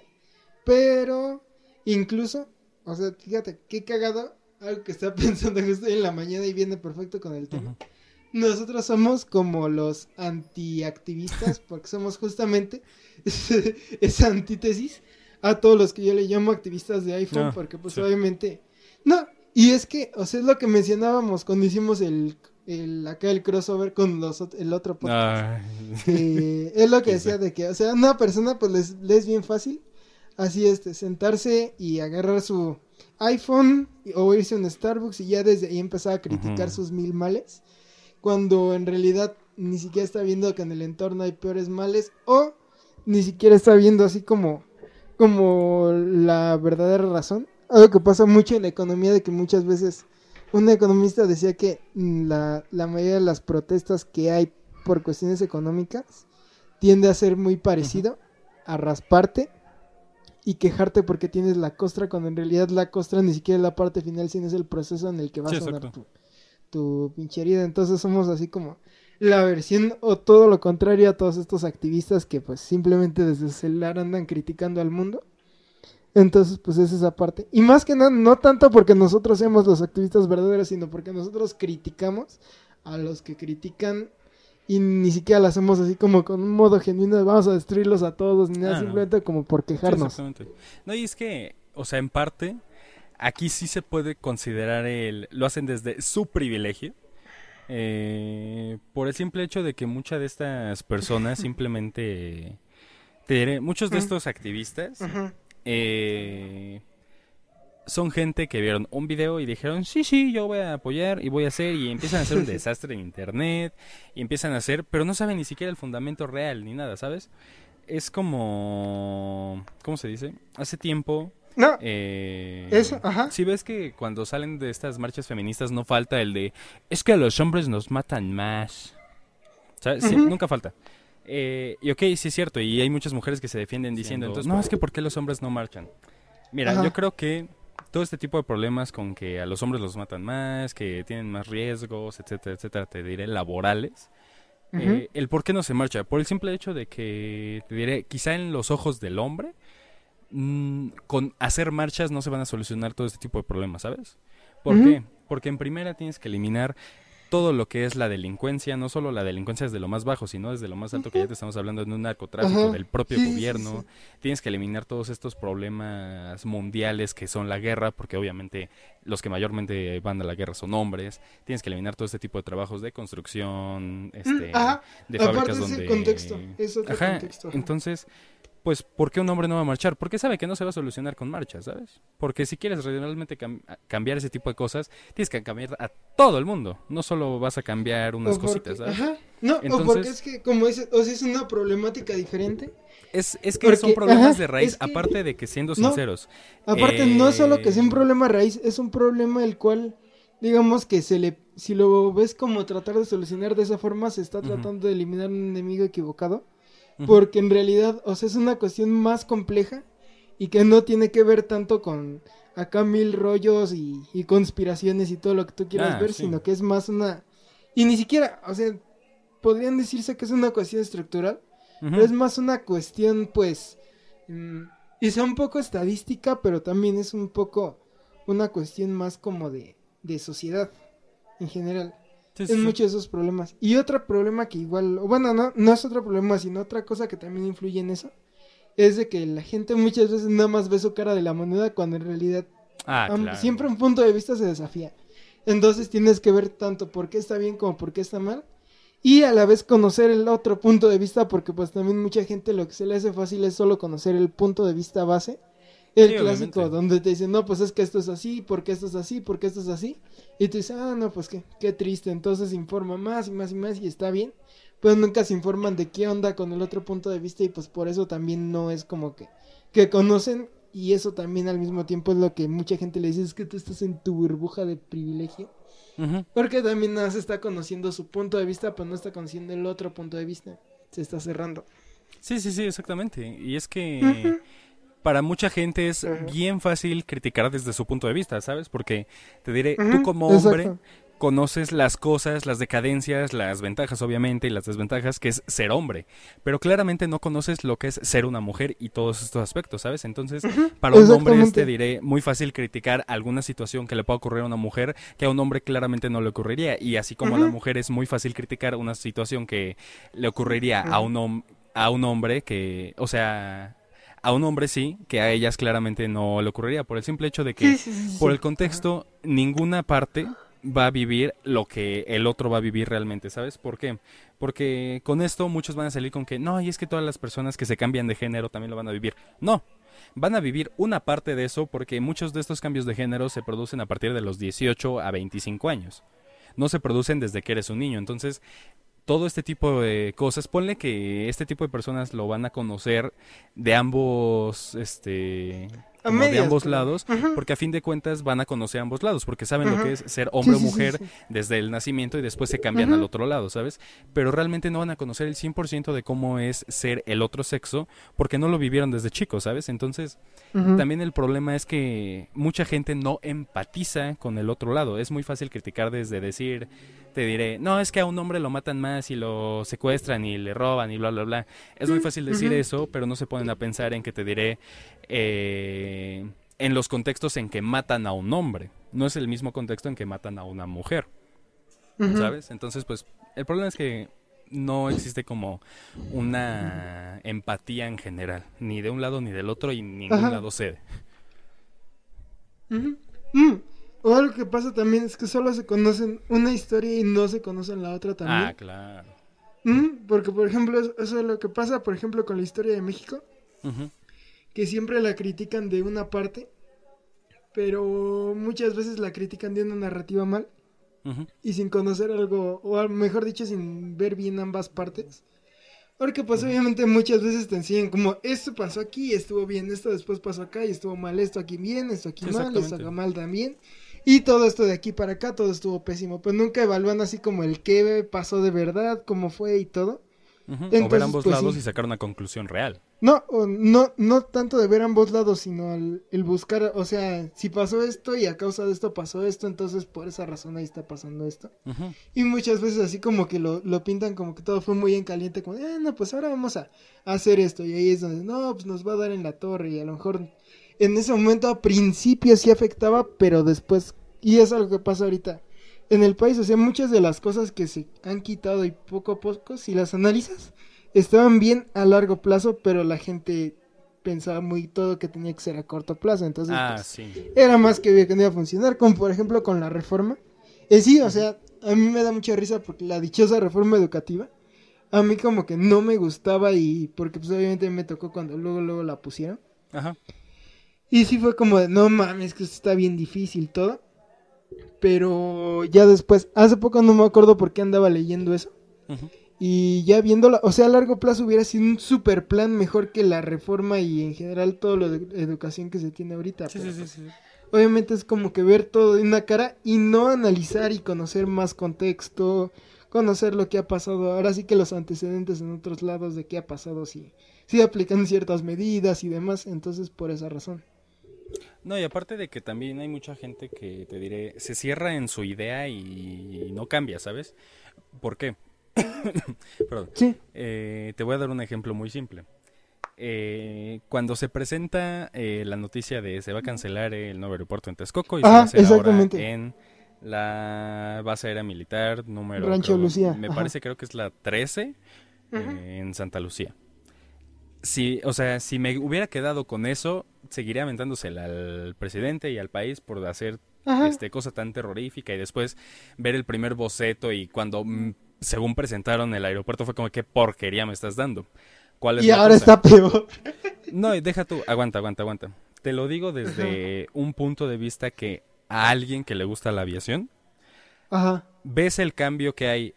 pero incluso, o sea, fíjate, qué cagado. Algo que estaba pensando justo en la mañana y viene perfecto con el tema. Uh-huh. Nosotros somos como los antiactivistas porque somos justamente ese, esa antítesis a todos los que yo le llamo activistas de iPhone, no, porque pues sí. obviamente no, y es que, o sea, es lo que mencionábamos cuando hicimos el, el acá el crossover con los el otro podcast. Eh, es lo que decía de que, o sea, una persona pues les, les es bien fácil así este sentarse y agarrar su iPhone o irse a un Starbucks y ya desde ahí empezar a criticar uh-huh. sus mil males, cuando en realidad ni siquiera está viendo que en el entorno hay peores males, o ni siquiera está viendo así como, como la verdadera razón. Algo que pasa mucho en la economía, de que muchas veces un economista decía que la, la mayoría de las protestas que hay por cuestiones económicas tiende a ser muy parecido uh-huh. a rasparte y quejarte porque tienes la costra, cuando en realidad la costra ni siquiera es la parte final, sino es el proceso en el que vas sí, a dar tu, tu pinche herida. Entonces somos así como la versión o todo lo contrario a todos estos activistas que pues simplemente desde el celular andan criticando al mundo. Entonces pues es esa parte. Y más que nada, no tanto porque nosotros seamos los activistas verdaderos, sino porque nosotros criticamos a los que critican. Y ni siquiera lo hacemos así como con un modo genuino de vamos a destruirlos a todos, ni nada, ah, simplemente no. como por quejarnos. Sí, exactamente. No, y es que, o sea, en parte, aquí sí se puede considerar el... Lo hacen desde su privilegio, eh, por el simple hecho de que muchas de estas personas simplemente... Te diré, muchos de estos activistas... Uh-huh. Eh, son gente que vieron un video y dijeron, sí, sí, yo voy a apoyar y voy a hacer, y empiezan a hacer un desastre en internet, y empiezan a hacer, pero no saben ni siquiera el fundamento real ni nada, ¿sabes? Es como, ¿cómo se dice? Hace tiempo... No, eh, eso, ajá. Si ves que cuando salen de estas marchas feministas no falta el de, es que a los hombres nos matan más, ¿sabes? Sí, uh-huh. Nunca falta. Eh, y ok, sí es cierto, y hay muchas mujeres que se defienden diciendo, entonces, no, es que ¿por qué los hombres no marchan? Mira, ajá. yo creo que todo este tipo de problemas con que a los hombres los matan más, que tienen más riesgos, etcétera, etcétera, te diré, laborales. Uh-huh. Eh, el por qué no se marcha, por el simple hecho de que, te diré, quizá en los ojos del hombre, mmm, con hacer marchas no se van a solucionar todo este tipo de problemas, ¿sabes? ¿Por uh-huh. qué? Porque en primera tienes que eliminar todo lo que es la delincuencia, no solo la delincuencia desde lo más bajo, sino desde lo más alto, que ya te estamos hablando de un narcotráfico, Ajá. del propio Sí, sí, gobierno. sí, sí. Tienes que eliminar todos estos problemas mundiales que son la guerra, porque obviamente los que mayormente van a la guerra son hombres. Tienes que eliminar todo este tipo de trabajos de construcción, Mm, este, Ajá. de Aparte fábricas es donde... el contexto, es otro Ajá, contexto. Ajá. entonces... Pues, ¿por qué un hombre no va a marchar? Porque sabe que no se va a solucionar con marchas, ¿sabes? Porque si quieres realmente cam- cambiar ese tipo de cosas, tienes que cambiar a todo el mundo. No solo vas a cambiar unas O porque, cositas, ¿sabes? ajá, no, o porque es Entonces, que como es, o sea, es una problemática diferente, es, es que son porque, problemas ajá, de raíz, es que, aparte de que siendo no, sinceros. aparte no es solo que sea un Eh... problema raíz, es un problema el cual, digamos que se le, si lo ves como tratar de solucionar de esa forma, se está ujú, tratando de eliminar un enemigo equivocado, ujú. porque en realidad, o sea, es una cuestión más compleja y que no tiene que ver tanto con acá mil rollos y, y conspiraciones y todo lo que tú quieras Ah, ver, sí. sino que es más una... Y ni siquiera, o sea, podrían decirse que es una cuestión estructural, pero Ujú. es más una cuestión, pues, mm, quizá un poco estadística, pero también es un poco una cuestión más como de, de sociedad en general, Sí, sí, en sí. muchos de esos problemas. Y otro problema que igual, o bueno, no, no es otro problema, sino otra cosa que también influye en eso, es de que la gente muchas veces nada más ve su cara de la moneda cuando en realidad Ah, am- claro. siempre un punto de vista se desafía. Entonces tienes que ver tanto por qué está bien como por qué está mal. Y a la vez conocer el otro punto de vista, porque pues también mucha gente lo que se le hace fácil es solo conocer el punto de vista base. El Sí, clásico obviamente. donde te dicen, no, pues es que esto es así, porque esto es así, porque esto es así. Y tú dices, ah, no, pues qué, qué triste. Entonces se informa más y más y más y está bien. Pero nunca se informan de qué onda con el otro punto de vista y pues por eso también no es como que, que conocen. Y eso también al mismo tiempo es lo que mucha gente le dice, es que tú estás en tu burbuja de privilegio. Ujú. Porque también nada se está conociendo su punto de vista, pero no está conociendo el otro punto de vista. Se está cerrando. Sí, sí, sí, exactamente. Y es que Ujú. para mucha gente es Ajá. bien fácil criticar desde su punto de vista, ¿sabes? Porque te diré, tú Ujú, como hombre exacto. conoces las cosas, las decadencias, las ventajas obviamente y las desventajas que es ser hombre, pero claramente no conoces lo que es ser una mujer y todos estos aspectos, ¿sabes? Entonces, Ujú, para un hombre es, te exactamente. diré, muy fácil criticar alguna situación que le pueda ocurrir a una mujer que a un hombre claramente no le ocurriría, y así como a la Ujú, mujer es muy fácil criticar una situación que le ocurriría a ujú. un, hom- a un hombre que, o sea... A un hombre sí, que a ellas claramente no le ocurriría, por el simple hecho de que, Sí, sí, sí, por sí. el contexto, ninguna parte va a vivir lo que el otro va a vivir realmente, ¿sabes? ¿Por qué? Porque con esto muchos van a salir con que, no, y es que todas las personas que se cambian de género también lo van a vivir. No, van a vivir una parte de eso porque muchos de estos cambios de género se producen a partir de los dieciocho a veinticinco años. No se producen desde que eres un niño, entonces todo este tipo de cosas, ponle que este tipo de personas lo van a conocer de ambos, este, A como de medias, ambos pero. lados, Ujú, porque a fin de cuentas van a conocer ambos lados, porque saben lo ujú. que es ser Sí, hombre o sí, sí, mujer sí. desde el nacimiento y después se cambian al Ujú, otro lado, ¿sabes? Pero realmente no van a conocer el cien por ciento de cómo es ser el otro sexo, porque no lo vivieron desde chicos, ¿sabes? Entonces, ujú. también el problema es que mucha gente no empatiza con el otro lado. Es muy fácil criticar desde decir, te diré, no, es que a un hombre lo matan más y lo secuestran y le roban y bla, bla, bla. Es muy fácil decir Ujú, eso, pero no se ponen a pensar en que te diré, eh, en los contextos en que matan a un hombre. No es el mismo contexto en que matan a una mujer, ujú. ¿sabes? Entonces, pues, el problema es que no existe como una empatía en general, ni de un lado ni del otro y ningún Ajá. lado cede. Ujú. Mm. O algo que pasa también es que solo se conocen una historia y no se conocen la otra Ah, también. claro. Mm, Porque, por ejemplo, eso eso es lo que pasa, por ejemplo, con la historia de México, Ujú, que siempre la critican de una parte, pero muchas veces la critican de una narrativa mal ujú, y sin conocer algo, o al- mejor dicho, sin ver bien ambas partes. Porque pues ujú. obviamente muchas veces te enseñan como esto pasó aquí, estuvo bien, esto después pasó acá y estuvo mal, esto aquí bien, esto aquí Sí, mal, esto exactamente. acá mal también. Y todo esto de aquí para acá, todo estuvo pésimo. Pues nunca evalúan así como el qué pasó de verdad, cómo fue y todo. Ujú. O ver Entonces ambos pues lados sí. y sacar una conclusión real. No, o no, no tanto de ver ambos lados, sino el, el buscar, o sea, si pasó esto y a causa de esto pasó esto, entonces por esa razón ahí está pasando esto. Ujú. Y muchas veces así como que lo, lo pintan como que todo fue muy en caliente, como, ah, no, pues ahora vamos a, a hacer esto. Y ahí es donde, no, pues nos va a dar en la torre. Y a lo mejor en ese momento a principio sí afectaba, pero después, y es algo que pasa ahorita, en el país. O sea, muchas de las cosas que se han quitado y poco a poco, si las analizas, estaban bien a largo plazo, pero la gente pensaba muy todo que tenía que ser a corto plazo. Entonces, Ah, pues, sí. era más que obvio que no iba a funcionar, como por ejemplo con la reforma. Eh, sí, o sea, a mí me da mucha risa porque la dichosa reforma educativa, a mí como que no me gustaba y porque pues obviamente me tocó cuando luego, luego la pusieron. Ajá. Y sí fue como de, no mames, que esto está bien difícil todo. Pero ya después, hace poco no me acuerdo por qué andaba leyendo eso. Uh-huh. Y ya viéndola, o sea, a largo plazo hubiera sido un super plan mejor que la reforma y en general todo lo de educación que se tiene ahorita. Sí, pero, sí, sí, pues, sí. obviamente es como que ver todo de una cara y no analizar y conocer más contexto, conocer lo que ha pasado. Ahora sí que los antecedentes en otros lados de qué ha pasado, si, si aplican ciertas medidas y demás. Entonces, por esa razón. No, y aparte de que también hay mucha gente que, te diré, se cierra en su idea y no cambia, ¿sabes? ¿Por qué? Perdón. Sí. Eh, te voy a dar un ejemplo muy simple. Eh, cuando se presenta eh, la noticia de se va a cancelar el nuevo aeropuerto en Texcoco y se va a Ajá, hacer ahora exactamente. en la base aérea militar número, Rancho creo, Lucía. me Ajá. parece creo que es la trece Ajá. eh, en Santa Lucía. Si, o sea, si me hubiera quedado con eso, seguiría aventándosela al presidente y al país por hacer Ajá. este cosa tan terrorífica y después ver el primer boceto y cuando mm, según presentaron el aeropuerto fue como qué porquería me estás dando. ¿Cuál es Y la ahora cosa? está peor. No, y deja tú, aguanta, aguanta, aguanta. Te lo digo desde un punto de vista que a alguien que le gusta la aviación, Ajá. ves el cambio que hay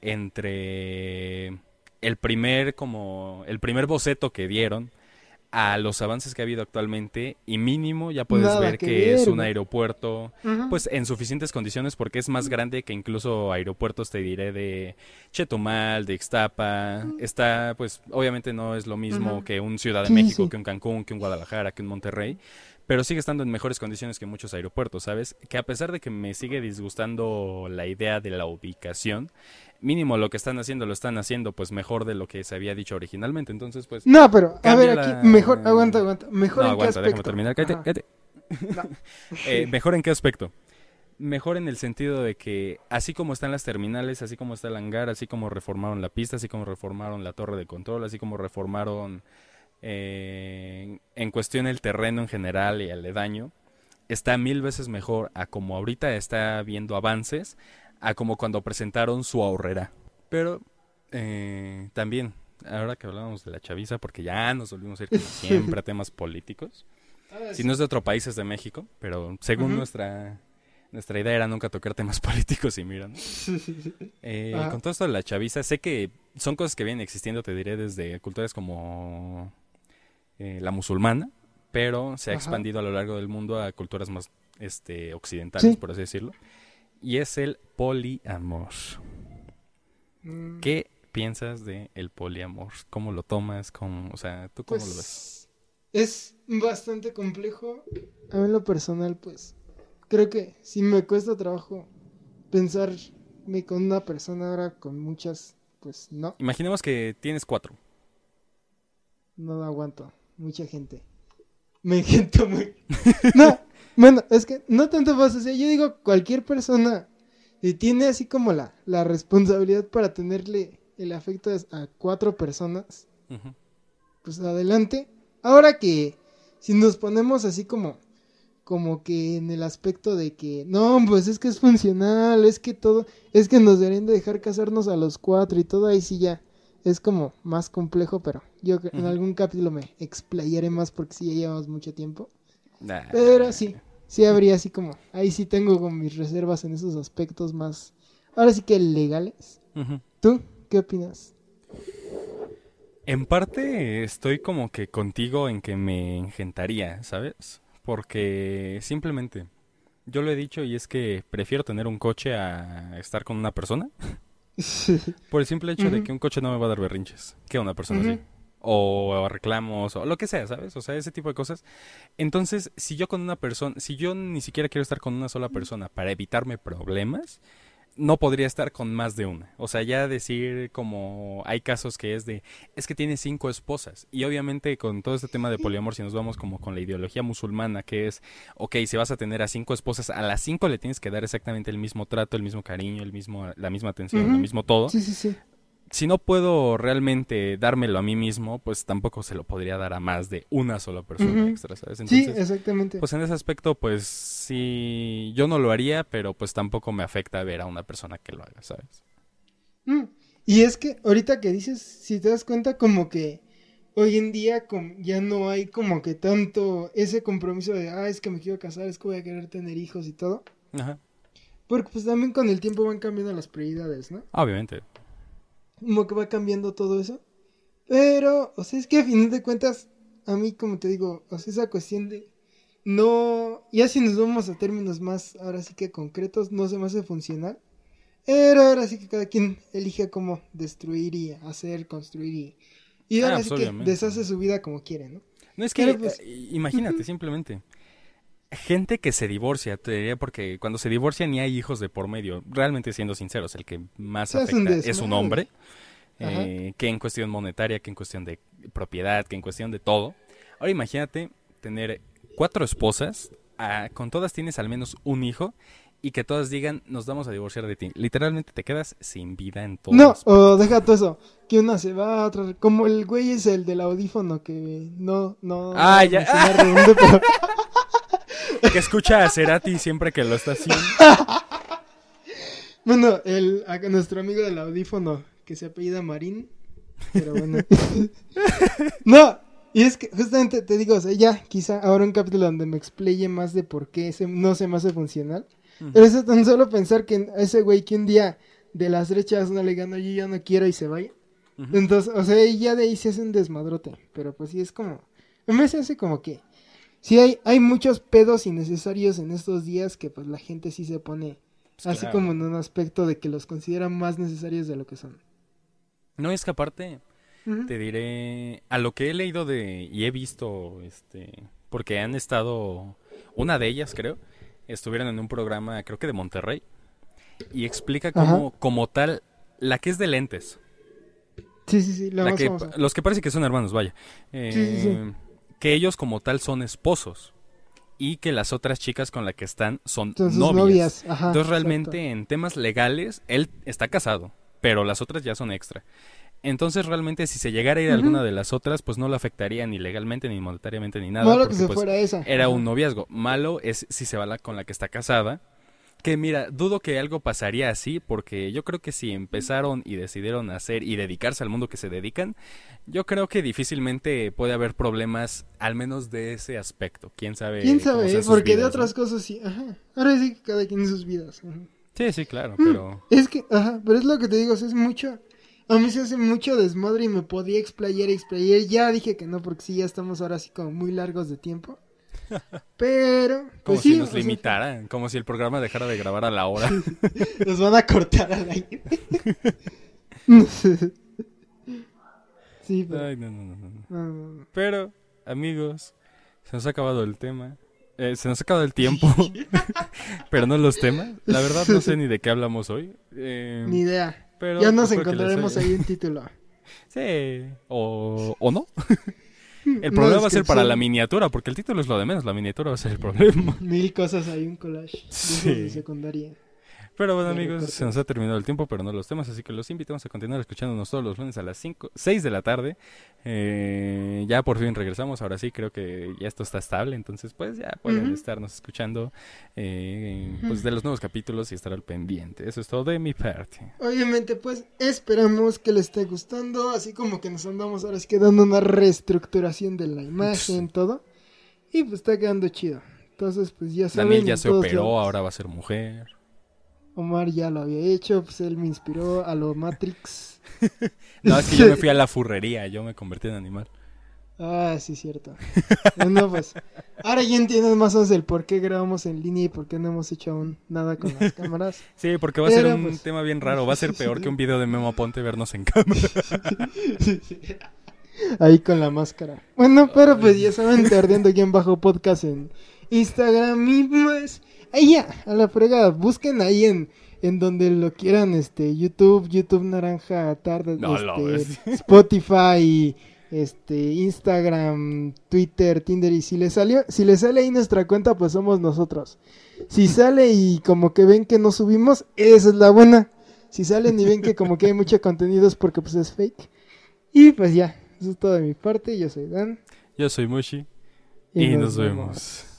entre el primer como el primer boceto que dieron a los avances que ha habido actualmente y mínimo ya puedes Nada ver que que es ver, un güey. aeropuerto Ajá. pues en suficientes condiciones porque es más grande que incluso aeropuertos te diré de Chetumal, de Ixtapa, está pues obviamente no es lo mismo Ajá. que un Ciudad de Sí, sí, México, sí. que un Cancún, que un Guadalajara, que un Monterrey, pero sigue estando en mejores condiciones que muchos aeropuertos, ¿sabes? Que a pesar de que me sigue disgustando la idea de la ubicación, mínimo lo que están haciendo lo están haciendo pues mejor de lo que se había dicho originalmente, entonces pues No, pero, a cambia ver, aquí, la... mejor, aguanta, aguanta. Mejor No, en qué aguanta, déjame aspecto. terminar, cállate, Ajá. cállate. No. Eh, ¿mejor en qué aspecto? Mejor en el sentido de que así como están las terminales, así como está el hangar, así como reformaron la pista, así como reformaron la torre de control, así como reformaron eh, en cuestión el terreno en general y aledaño, está mil veces mejor a como ahorita está viendo avances, a como cuando presentaron su ahorrera. Pero eh, también, ahora que hablábamos de la chaviza, porque ya nos volvimos a ir como siempre a temas políticos, Ah, si sí. no es de otro país es de México, pero según Ujú. nuestra nuestra idea era nunca tocar temas políticos y mira, ¿no? Eh, Ajá. con todo esto de la chaviza, sé que son cosas que vienen existiendo, te diré, desde culturas como eh, la musulmana, pero se ha Ajá. expandido a lo largo del mundo a culturas más este, occidentales, Sí. por así decirlo, y es el poliamor. Mm, ¿Qué piensas de el poliamor? ¿Cómo lo tomas? ¿Cómo, o sea, ¿tú cómo lo ves? Pues es bastante complejo. A mí en lo personal, pues creo que si me cuesta trabajo pensarme con una persona ahora con muchas, pues no, Imaginemos que tienes cuatro. no lo aguanto. Mucha gente. Me siento muy... No, bueno, es que no tanto pasa. O sea, yo digo, cualquier persona que tiene así como la, la responsabilidad para tenerle el afecto a cuatro personas, Ujú. pues adelante. Ahora que si nos ponemos así como como que en el aspecto de que no, pues es que es funcional, es que todo, es que nos deberían de dejar casarnos a los cuatro y todo, ahí sí ya es como más complejo, pero yo en Ujú. algún capítulo me explayaré más porque sí ya llevamos mucho tiempo. Nah. Pero sí, sí habría así como, ahí sí tengo como mis reservas en esos aspectos más, ahora sí que legales. Ujú. ¿Tú qué opinas? En parte estoy como que contigo en que me engentaría, ¿sabes? Porque simplemente, yo lo he dicho y es que prefiero tener un coche a estar con una persona. Por el simple hecho de Ujú, que un coche no me va a dar berrinches que una persona ujú. así. O reclamos, o lo que sea, ¿sabes? O sea, ese tipo de cosas. Entonces, si yo con una persona, si yo ni siquiera quiero estar con una sola persona para evitarme problemas, no podría estar con más de una. O sea, ya decir como hay casos que es de, es que tiene cinco esposas. Y obviamente con todo este tema de poliamor, si nos vamos como con la ideología musulmana, que es, ok, si vas a tener a cinco esposas, a las cinco le tienes que dar exactamente el mismo trato, el mismo cariño, el mismo, la misma atención, Ujú. lo mismo todo. Sí, sí, sí. Si no puedo realmente dármelo a mí mismo, pues tampoco se lo podría dar a más de una sola persona Ujú. extra, ¿sabes? Sí, Entonces, exactamente. pues en ese aspecto, pues sí, yo no lo haría, pero pues tampoco me afecta ver a una persona que lo haga, ¿sabes? Mm. Y es que ahorita que dices, si te das cuenta como que hoy en día com- ya no hay como que tanto ese compromiso de, ah, es que me quiero casar, es que voy a querer tener hijos y todo. Ajá. Porque pues también con el tiempo van cambiando las prioridades, ¿no? Obviamente. Como que va cambiando todo eso. Pero, o sea, es que a fin de cuentas, a mí como te digo, o sea, esa cuestión de no, ya si nos vamos a términos más, ahora sí que concretos, no se me hace funcional. Pero ahora sí que cada quien elige cómo destruir y hacer, construir y, y Ah, ahora pues sí que obviamente. deshace su vida como quiere, ¿no? No es que, Pero pues, eh, imagínate, simplemente. Gente que se divorcia, te diría, porque cuando se divorcia ni hay hijos de por medio. Realmente, siendo sinceros, el que más se hace un afecta es un desmadre. hombre. Ajá. Eh, que en cuestión monetaria, que en cuestión de propiedad, que en cuestión de todo. Ahora imagínate tener cuatro esposas, ah, con todas tienes al menos un hijo, y que todas digan, nos vamos a divorciar de ti. Literalmente te quedas sin vida en todo. No, o deja todo eso, que una se va, otra, como el güey es el del audífono que no, no, Ah, no ya. mencionar de dónde, pero Que escucha a Cerati siempre que lo está haciendo. bueno, el, a nuestro amigo del audífono que se apellida Marín, pero bueno. No, y es que justamente te digo, o sea, ya quizá ahora un capítulo donde me explaye más de por qué se, no se me hace funcional. Pero eso tan solo pensar que a ese güey que un día de las derechas no le gana, yo ya no quiero y se vaya. Ujú. Entonces, o sea, y ya de ahí se hace un desmadrote. Pero pues sí es como, a mí se hace como que sí hay, hay muchos pedos innecesarios en estos días que pues la gente sí se pone Pues así claro. como en un aspecto de que los consideran más necesarios de lo que son. No, es que aparte, Ujú. te diré, a lo que he leído de y he visto, este, porque han estado, una de ellas creo, estuvieron en un programa, creo que de Monterrey, y explica cómo, como tal, la que es de lentes, Sí, sí, sí, la la más que, famosa. los que parece que son hermanos, vaya, eh, Sí, sí, sí. que ellos como tal son esposos, y que las otras chicas con las que están son Son sus novias. novias, ajá. Entonces realmente exacto. en temas legales, él está casado, pero las otras ya son extra. Entonces realmente si se llegara a ir Ujú. alguna de las otras, pues no lo afectaría ni legalmente, ni monetariamente, ni nada. Malo que porque, se pues, fuera esa. era Ajá. un noviazgo. Malo es si se va la, con la que está casada. Que mira, dudo que algo pasaría así, porque yo creo que si empezaron y decidieron hacer y dedicarse al mundo que se dedican, yo creo que difícilmente puede haber problemas, al menos de ese aspecto. ¿Quién sabe? ¿Quién cómo sabe? sean eh? sus Porque de vidas, otras ¿no? cosas sí. Ajá. Ahora sí que cada quien en sus vidas. Ajá. Sí, sí, claro, Mm, pero... Es que, ajá, pero es lo que te digo, o sea, es mucho. A mí se hace mucho desmadre y me podía explayar y explayar. Ya dije que no, porque sí, ya estamos ahora sí como muy largos de tiempo. Pero, Como pues si sí, nos o sea, limitaran, como si el programa dejara de grabar a la hora. nos van a cortar al aire. Sí, pero. Ay, no, no, no, no. No, no, no. Pero, amigos, se nos ha acabado el tema. Eh, se nos ha acabado el tiempo, pero no los temas. La verdad no sé ni de qué hablamos hoy. Eh, Ni idea. pero Ya nos espero que les encontraremos haya- ahí un título. Sí, o, o no. El Una problema va a ser para descripción. la miniatura, porque el título es lo de menos, la miniatura va a ser el problema. Mil cosas ahí, un collage. De Sí. esos de secundaria. Pero bueno, De amigos, recortes. se nos ha terminado el tiempo, pero no los temas, así que los invitamos a continuar escuchándonos todos los lunes a las cinco, seis de la tarde. Eh, ya por fin regresamos, ahora sí, creo que ya esto está estable, entonces pues ya pueden Ujú. estarnos escuchando eh, pues de los nuevos capítulos y estar al pendiente. Eso es todo de mi parte. Obviamente, pues esperamos que les esté gustando. Así como que nos andamos ahora sí que dando una reestructuración de la imagen, todo. Y pues está quedando chido. Entonces, pues ya saben. Daniel ya en se todos operó, lados. ahora va a ser mujer. Omar ya lo había hecho, pues él me inspiró a lo Matrix. No, es que yo me fui a la furrería, yo me convertí en animal. Ah, sí, cierto. No, pues, ahora ya entienden más o menos el por qué grabamos en línea y por qué no hemos hecho aún nada con las cámaras. Sí, porque va a ser Pero, un pues, tema bien raro, va a ser peor que un video de Memo Aponte vernos en cámara. Ahí con la máscara. Bueno, pero pues ya saben, Tardeando aquí en bajo podcast en Instagram y pues Ahí ya, a la fregada, busquen ahí en, en donde lo quieran, este, YouTube, YouTube Naranja Tarde, No, lo ves. este, Spotify, este, Instagram, Twitter, Tinder, y si les salió, si les sale ahí nuestra cuenta, pues somos nosotros. Si sale y como que ven que no subimos, esa es la buena. Si salen y ven que como que hay mucho contenido es porque pues es fake. Y pues ya, eso es todo de mi parte, yo soy Dan. Yo soy Mushi y, y nos, nos vemos. vemos.